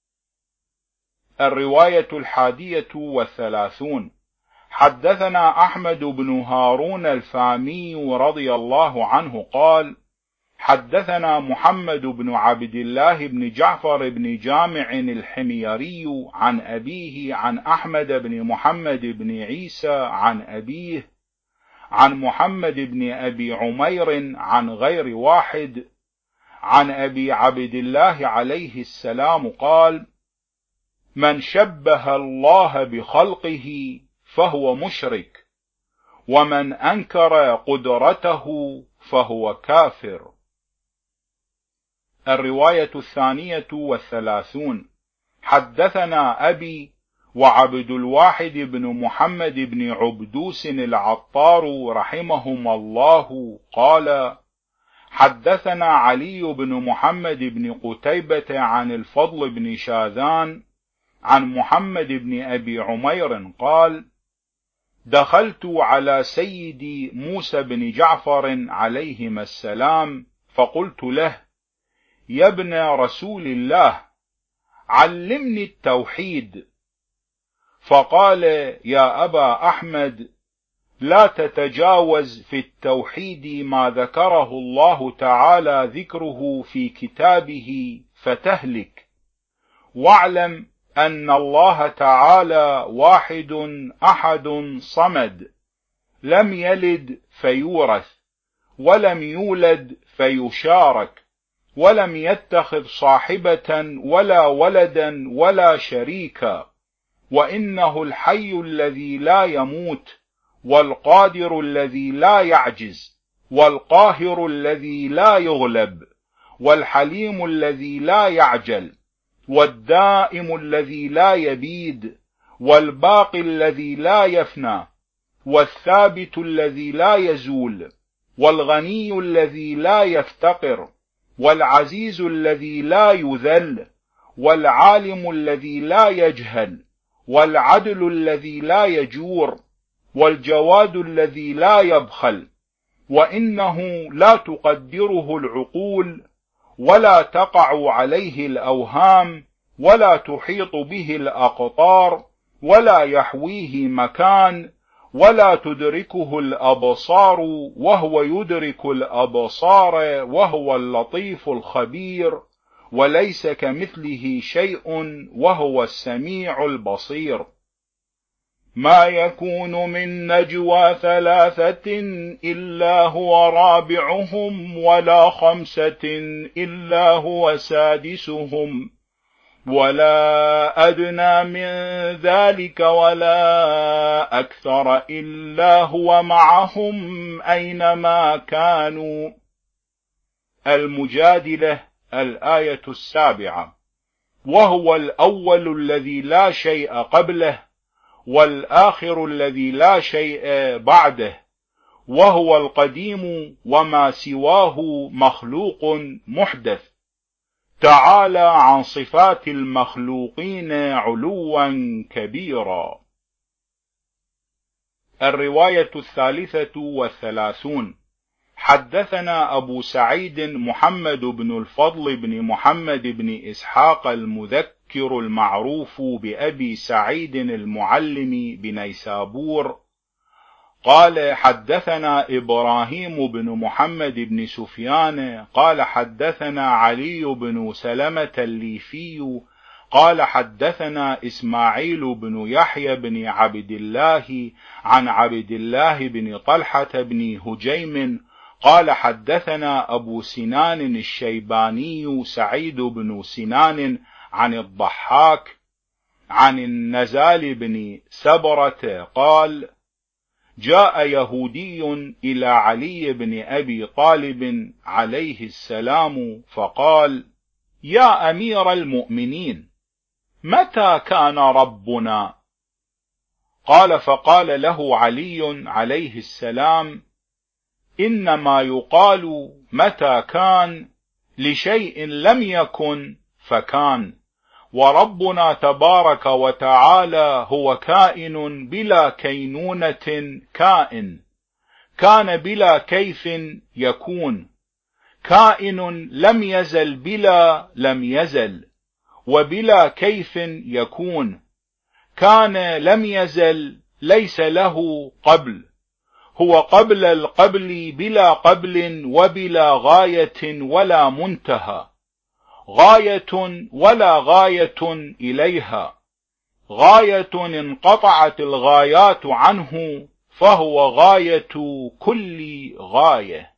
الرواية الحادية والثلاثون. حدثنا أحمد بن هارون الفامي رضي الله عنه قال: حدثنا محمد بن عبد الله بن جعفر بن جامع الحميري عن أبيه عن أحمد بن محمد بن عيسى عن أبيه عن محمد بن أبي عمير عن غير واحد عن أبي عبد الله عليه السلام قال: من شبه الله بخلقه فهو مشرك، ومن أنكر قدرته فهو كافر. الرواية الثانية والثلاثون. حدثنا أبي وعبد الواحد بن محمد بن عبدوس العطار رحمهما الله قال: حدثنا علي بن محمد بن قتيبة عن الفضل بن شاذان عن محمد بن أبي عمير قال: دخلت على سيدي موسى بن جعفر عليهما السلام فقلت له: يا ابن رسول الله، علمني التوحيد. فقال: يا أبا أحمد، لا تتجاوز في التوحيد ما ذكره الله تعالى ذكره في كتابه فتهلك، واعلم أن الله تعالى واحد أحد صمد، لم يلد فيورث، ولم يولد فيشارك، ولم يتخذ صاحبة ولا ولدا ولا شريكا، وإنه الحي الذي لا يموت، والقادر الذي لا يعجز، والقاهر الذي لا يغلب، والحليم الذي لا يعجل، والدائم الذي لا يبيد، والباقي الذي لا يفنى، والثابت الذي لا يزول، والغني الذي لا يفتقر، والعزيز الذي لا يذل، والعالم الذي لا يجهل، والعدل الذي لا يجور، والجواد الذي لا يبخل، وإنه لا تقدره العقول، ولا تقع عليه الأوهام، ولا تحيط به الأقطار، ولا يحويه مكان، ولا تدركه الأبصار وهو يدرك الأبصار، وهو اللطيف الخبير، وليس كمثله شيء وهو السميع البصير. ما يكون من نجوى ثلاثة إلا هو رابعهم، ولا خمسة إلا هو سادسهم، ولا أدنى من ذلك ولا أكثر إلا هو معهم أينما كانوا. المجادلة الآية السابعة. وهو الأول الذي لا شيء قبله، والآخر الذي لا شيء بعده، وهو القديم وما سواه مخلوق محدث، تعالى عن صفات المخلوقين علوا كبيرا. الرواية الثالثة والثلاثون. حدثنا أبو سعيد محمد بن الفضل بن محمد بن إسحاق المذكر المعروف بأبي سعيد المعلم بنيسابور قال: حدثنا إبراهيم بن محمد بن سفيان قال: حدثنا علي بن سلمة الليثي قال: حدثنا إسماعيل بن يحيى بن عبد الله عن عبد الله بن طلحة بن هجيم قال: حدثنا أبو سنان الشيباني سعيد بن سنان عن الضحاك عن النزال بن سبرة قال: جاء يهودي إلى علي بن أبي طالب عليه السلام فقال: يا أمير المؤمنين، متى كان ربنا؟ قال: فقال له علي عليه السلام: إنما يقال متى كان لشيء لم يكن فكان، وربنا تبارك وتعالى هو كائن بلا كينونة كائن، كان بلا كيف يكون، كائن لم يزل بلا لم يزل، وبلا كيف يكون. كان لم يزل ليس له قبل، هو قبل القبل بلا قبل وبلا غاية ولا منتهى، غاية ولا غاية إليها، غاية انقطعت الغايات عنه، فهو غاية كل غاية.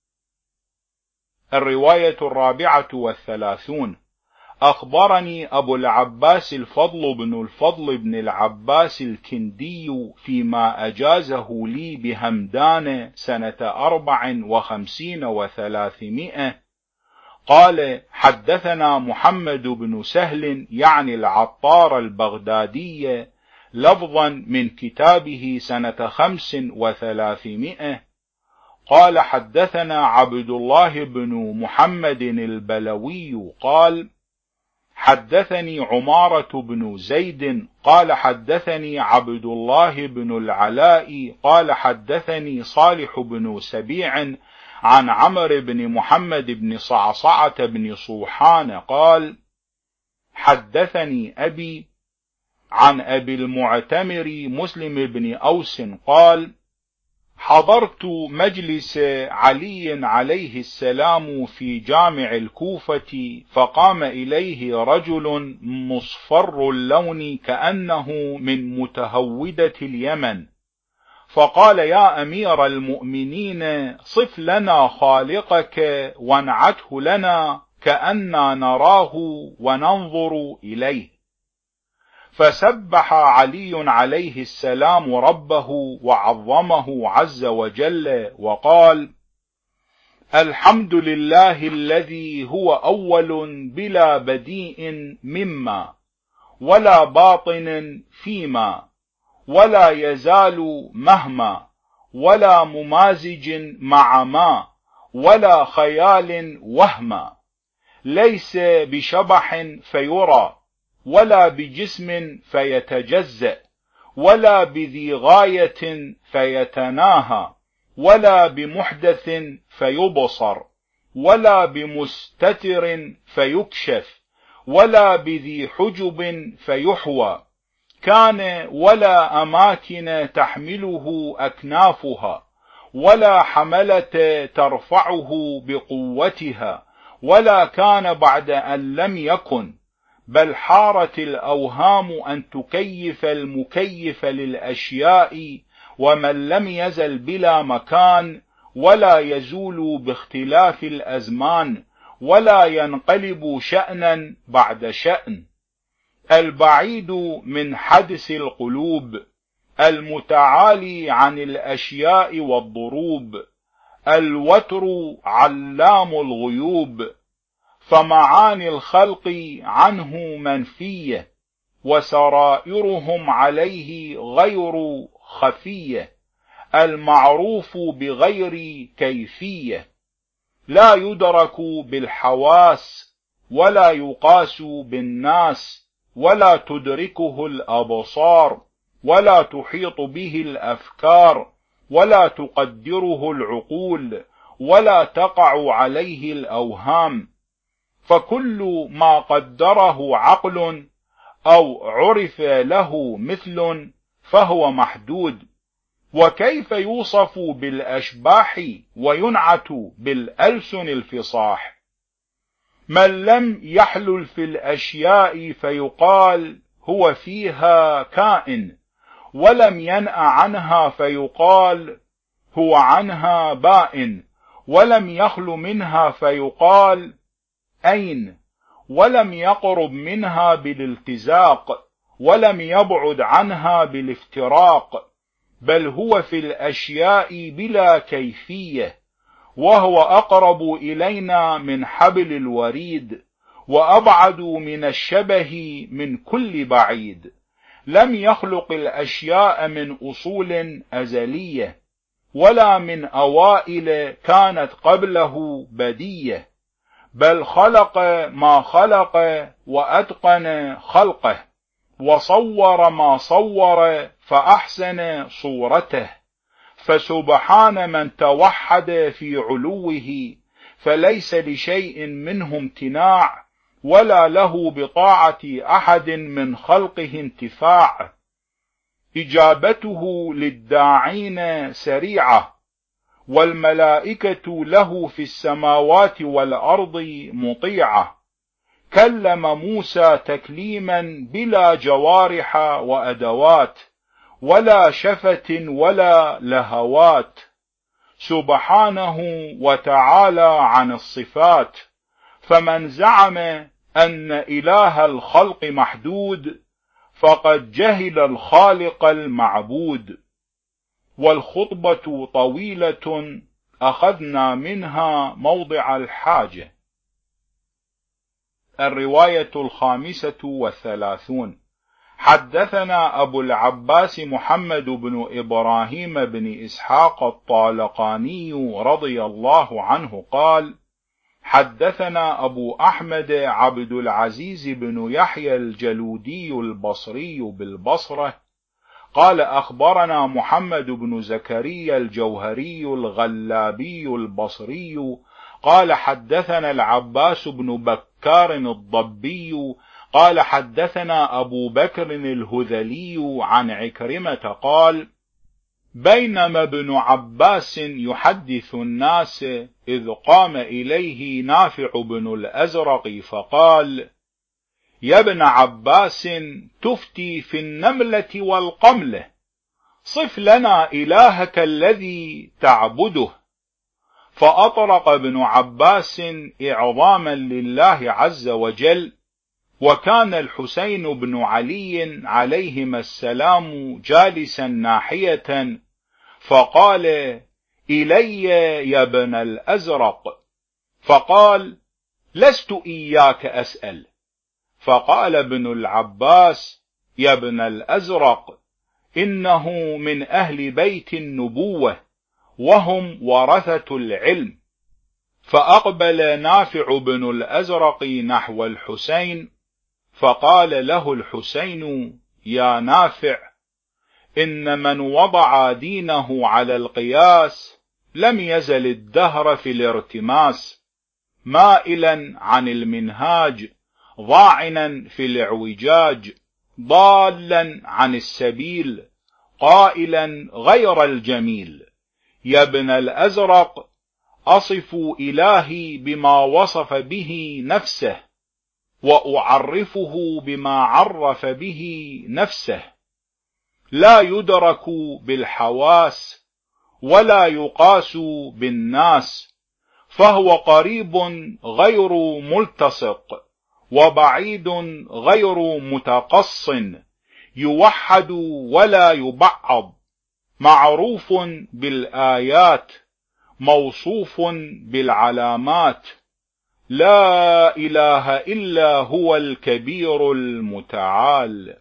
الرواية الرابعة والثلاثون: أخبرني أبو العباس الفضل بن الفضل بن العباس الكندي فيما أجازه لي بهمدان سنة أربع وخمسين وثلاثمائة، قال: حدثنا محمد بن سهل يعني العطار البغدادي لفظا من كتابه سنة خمس وثلاثمائة، قال: حدثنا عبد الله بن محمد البلوي قال: حدثني عمارة بن زيد قال: حدثني عبد الله بن العلاء قال: حدثني صالح بن سبيع عن عمرو بن محمد بن صعصعة بن صوحان قال: حدثني أبي عن أبي المعتمر مسلم بن أوس قال: حضرت مجلس علي عليه السلام في جامع الكوفة، فقام إليه رجل مصفر اللون كأنه من متهودة اليمن، فقال: يا أمير المؤمنين، صف لنا خالقك وانعته لنا كأننا نراه وننظر إليه. فسبح علي عليه السلام ربه وعظمه عز وجل وقال: الحمد لله الذي هو أول بلا بديء مما، ولا باطن فيما، ولا يزال مهما، ولا ممازج مع ما، ولا خيال وهما، ليس بشبح فيرى، ولا بجسم فيتجزأ، ولا بذي غاية فيتناهى، ولا بمحدث فيبصر، ولا بمستتر فيكشف، ولا بذي حجب فيحوى، كان ولا أماكن تحمله أكنافها، ولا حملة ترفعه بقوتها، ولا كان بعد أن لم يكن، بل حارت الأوهام أن تكيف المكيف للأشياء، ومن لم يزل بلا مكان، ولا يزول باختلاف الأزمان، ولا ينقلب شأنا بعد شأن، البعيد من حدث القلوب، المتعالي عن الأشياء والضروب، الوتر علام الغيوب، فمعاني الخلق عنه منفية، وسرائرهم عليه غير خفية، المعروف بغير كيفية، لا يدرك بالحواس، ولا يقاس بالناس، ولا تدركه الأبصار، ولا تحيط به الأفكار، ولا تقدره العقول، ولا تقع عليه الأوهام، فكل ما قدره عقل أو عرف له مثل فهو محدود. وكيف يوصف بالأشباح وينعت بالألسن الفصاح؟ من لم يحلل في الأشياء فيقال هو فيها كائن، ولم ينأ عنها فيقال هو عنها بائن، ولم يخل منها فيقال أين، ولم يقرب منها بالالتزاق، ولم يبعد عنها بالافتراق، بل هو في الأشياء بلا كيفية، وهو أقرب إلينا من حبل الوريد، وأبعد من الشبه من كل بعيد. لم يخلق الأشياء من أصول أزلية، ولا من أوائل كانت قبله بدية، بل خلق ما خلق وأتقن خلقه، وصور ما صور فأحسن صورته، فسبحان من توحد في علوه، فليس لشيء منه امتناع، ولا له بطاعة أحد من خلقه انتفاع. إجابته للداعين سريعة، والملائكة له في السماوات والأرض مطيعة. كلم موسى تكليما بلا جوارح وأدوات، ولا شفة ولا لهوات، سبحانه وتعالى عن الصفات. فمن زعم أن إله الخلق محدود فقد جهل الخالق المعبود. والخطبة طويلة، أخذنا منها موضع الحاجة. الرواية الخامسة والثلاثون. حدثنا أبو العباس محمد بن إبراهيم بن إسحاق الطالقاني رضي الله عنه قال: حدثنا أبو أحمد عبد العزيز بن يحيى الجلودي البصري بالبصرة قال: أخبرنا محمد بن زكريا الجوهري الغلابي البصري قال: حدثنا العباس بن بكار الضبي قال: حدثنا أبو بكر الهذلي عن عكرمة قال: بينما ابن عباس يحدث الناس إذ قام إليه نافع بن الأزرق فقال: يا ابن عباس، تفتي في النملة والقملة، صف لنا إلهك الذي تعبده. فأطرق ابن عباس إعظاما لله عز وجل. وكان الحسين بن علي عليهما السلام جالسا ناحية، فقال: إلي يا ابن الأزرق. فقال: لست إياك أسأل. فقال ابن العباس: يا ابن الأزرق، إنه من أهل بيت النبوة، وهم ورثة العلم. فأقبل نافع بن الأزرق نحو الحسين، فقال له الحسين: يا نافع، إن من وضع دينه على القياس لم يزل الدهر في الارتماس، مائلا عن المنهاج، ضاعنا في الاعوجاج، ضالا عن السبيل، قائلا غير الجميل. يا ابن الأزرق، أصف إلهي بما وصف به نفسه، وأعرفه بما عرف به نفسه. لا يدرك بالحواس، ولا يقاس بالناس، فهو قريب غير ملتصق، وبعيد غير متقص، يوحد ولا يبعض، معروف بالآيات، موصوف بالعلامات. لا إله إلا هو الكبير المتعال.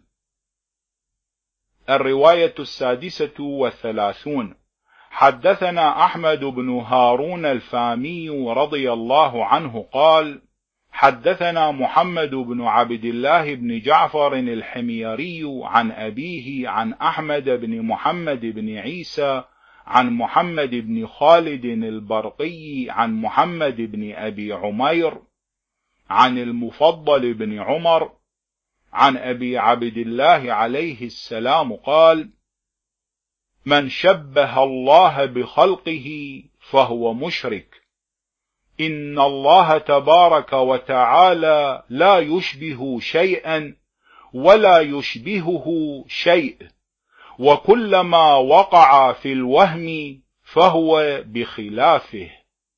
الرواية السادسة والثلاثون. حدثنا أحمد بن هارون الفامي رضي الله عنه قال: حدثنا محمد بن عبد الله بن جعفر الحميري عن أبيه عن أحمد بن محمد بن عيسى عن محمد بن خالد البرقي عن محمد بن أبي عمير عن المفضل بن عمر عن أبي عبد الله عليه السلام قال: من شبه الله بخلقه فهو مشرك. إن الله تبارك وتعالى لا يشبه شيئا ولا يشبهه شيء، وكلما وقع في الوهم فهو بخلافه.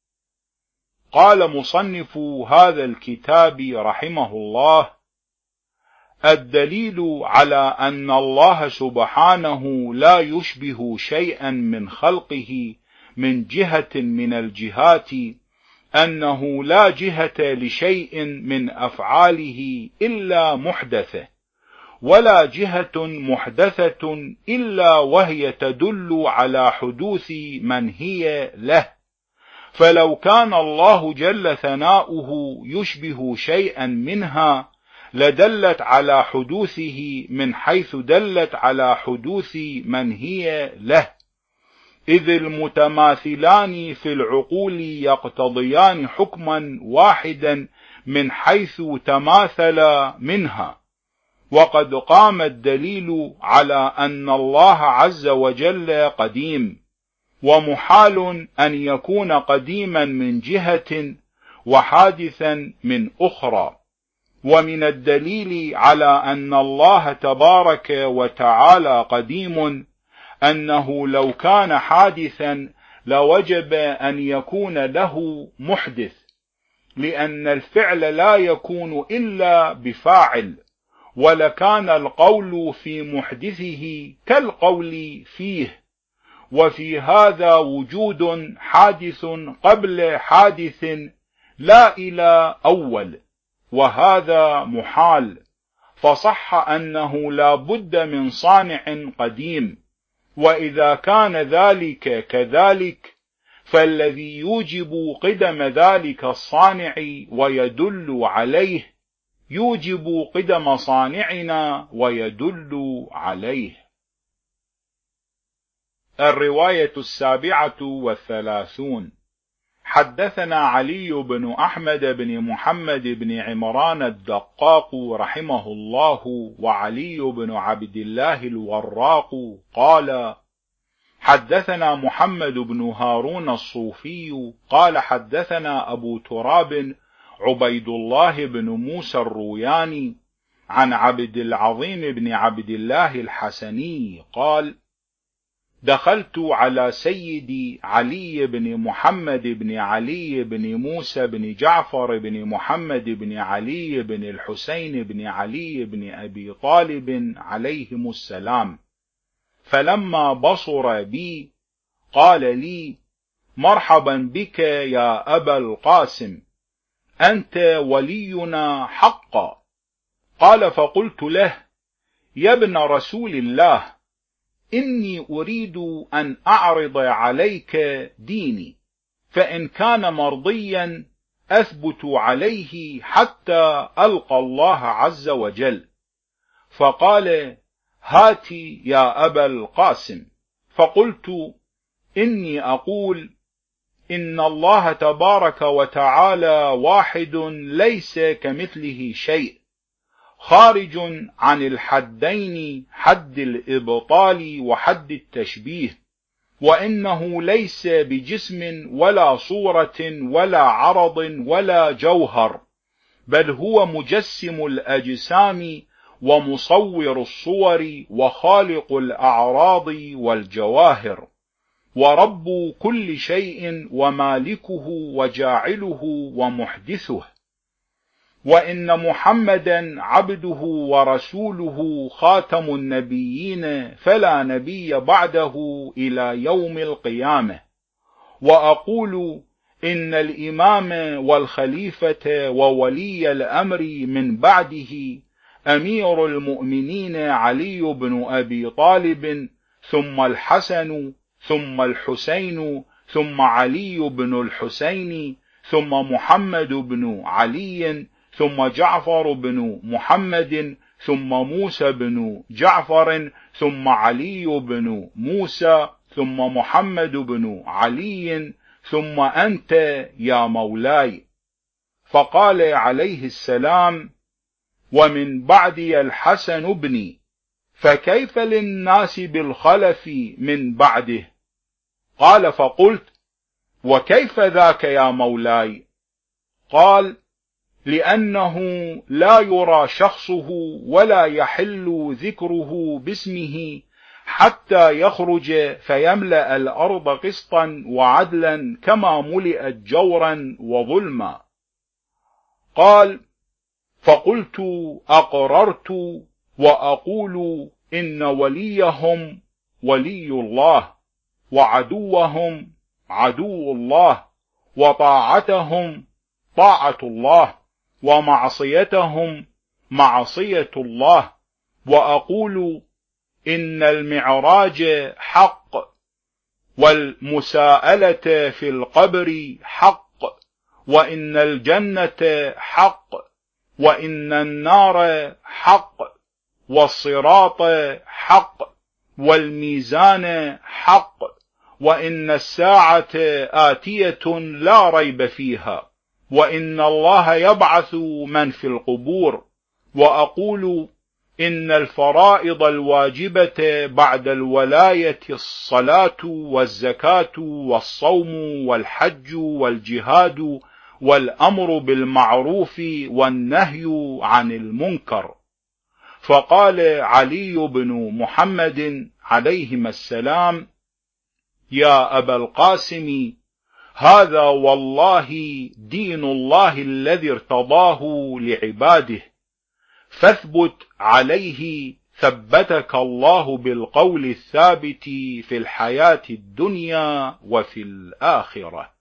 قال مصنف هذا الكتاب رحمه الله: الدليل على أن الله سبحانه لا يشبه شيئا من خلقه من جهة من الجهات أنه لا جهة لشيء من أفعاله إلا محدثة، ولا جهة محدثة إلا وهي تدل على حدوث من هي له. فلو كان الله جل ثناؤه يشبه شيئا منها لدلت على حدوثه من حيث دلت على حدوث من هي له. إذ المتماثلان في العقول يقتضيان حكما واحدا من حيث تماثل منها، وقد قام الدليل على أن الله عز وجل قديم، ومحال أن يكون قديما من جهة وحادثا من أخرى. ومن الدليل على أن الله تبارك وتعالى قديم أنه لو كان حادثا لوجب أن يكون له محدث، لأن الفعل لا يكون إلا بفاعل، ولكان القول في محدثه كالقول فيه، وفي هذا وجود حادث قبل حادث لا إلى أول، وهذا محال، فصح أنه لا بد من صانع قديم. وإذا كان ذلك كذلك فالذي يوجب قدم ذلك الصانع ويدل عليه يوجب قدم صانعنا ويدل عليه. الرواية السابعة والثلاثون. حدثنا علي بن أحمد بن محمد بن عمران الدقاق رحمه الله وعلي بن عبد الله الوراق قال: حدثنا محمد بن هارون الصوفي قال: حدثنا أبو تراب عبيد الله بن موسى الروياني عن عبد العظيم بن عبد الله الحسني قال: دخلت على سيدي علي بن محمد بن علي بن موسى بن جعفر بن محمد بن علي بن الحسين بن علي بن أبي طالب عليهم السلام، فلما بصر بي قال لي: مرحبا بك يا أبا القاسم، أنت ولينا حقا. قال: فقلت له: يا ابن رسول الله، إني أريد أن أعرض عليك ديني، فإن كان مرضيا أثبت عليه حتى ألقى الله عز وجل. فقال: هاتي يا أبا القاسم. فقلت: إني أقول إن الله تبارك وتعالى واحد ليس كمثله شيء، خارج عن الحدين، حد الإبطال وحد التشبيه، وإنه ليس بجسم ولا صورة ولا عرض ولا جوهر، بل هو مجسم الأجسام ومصور الصور وخالق الأعراض والجواهر، ورب كل شيء ومالكه وجاعله ومحدثه، وإن محمدا عبده ورسوله خاتم النبيين، فلا نبي بعده إلى يوم القيامة. وأقول إن الإمام والخليفة وولي الأمر من بعده أمير المؤمنين علي بن أبي طالب، ثم الحسن، ثم الحسين، ثم علي بن الحسين، ثم محمد بن علي، ثم جعفر بن محمد، ثم موسى بن جعفر، ثم علي بن موسى، ثم محمد بن علي، ثم أنت يا مولاي. فقال عليه السلام: ومن بعدي الحسن بني، فكيف للناس بالخلف من بعده؟ قال: فقلت: وكيف ذاك يا مولاي؟ قال: لأنه لا يرى شخصه ولا يحل ذكره باسمه حتى يخرج فيملأ الأرض قسطا وعدلا كما ملئت جورا وظلما. قال: فقلت: أقررت، وأقول إن وليهم ولي الله، وعدوهم عدو الله، وطاعتهم طاعة الله، ومعصيتهم معصية الله. وأقول إن المعراج حق، والمساءلة في القبر حق، وإن الجنة حق، وإن النار حق، والصراط حق، والميزان حق، وإن الساعة آتية لا ريب فيها، وإن الله يبعث من في القبور. وأقول إن الفرائض الواجبة بعد الولاية الصلاة والزكاة والصوم والحج والجهاد والأمر بالمعروف والنهي عن المنكر. فقال علي بن محمد عليهما السلام: يا أبا القاسم، هذا والله دين الله الذي ارتضاه لعباده، فاثبت عليه ثبتك الله بالقول الثابت في الحياة الدنيا وفي الآخرة.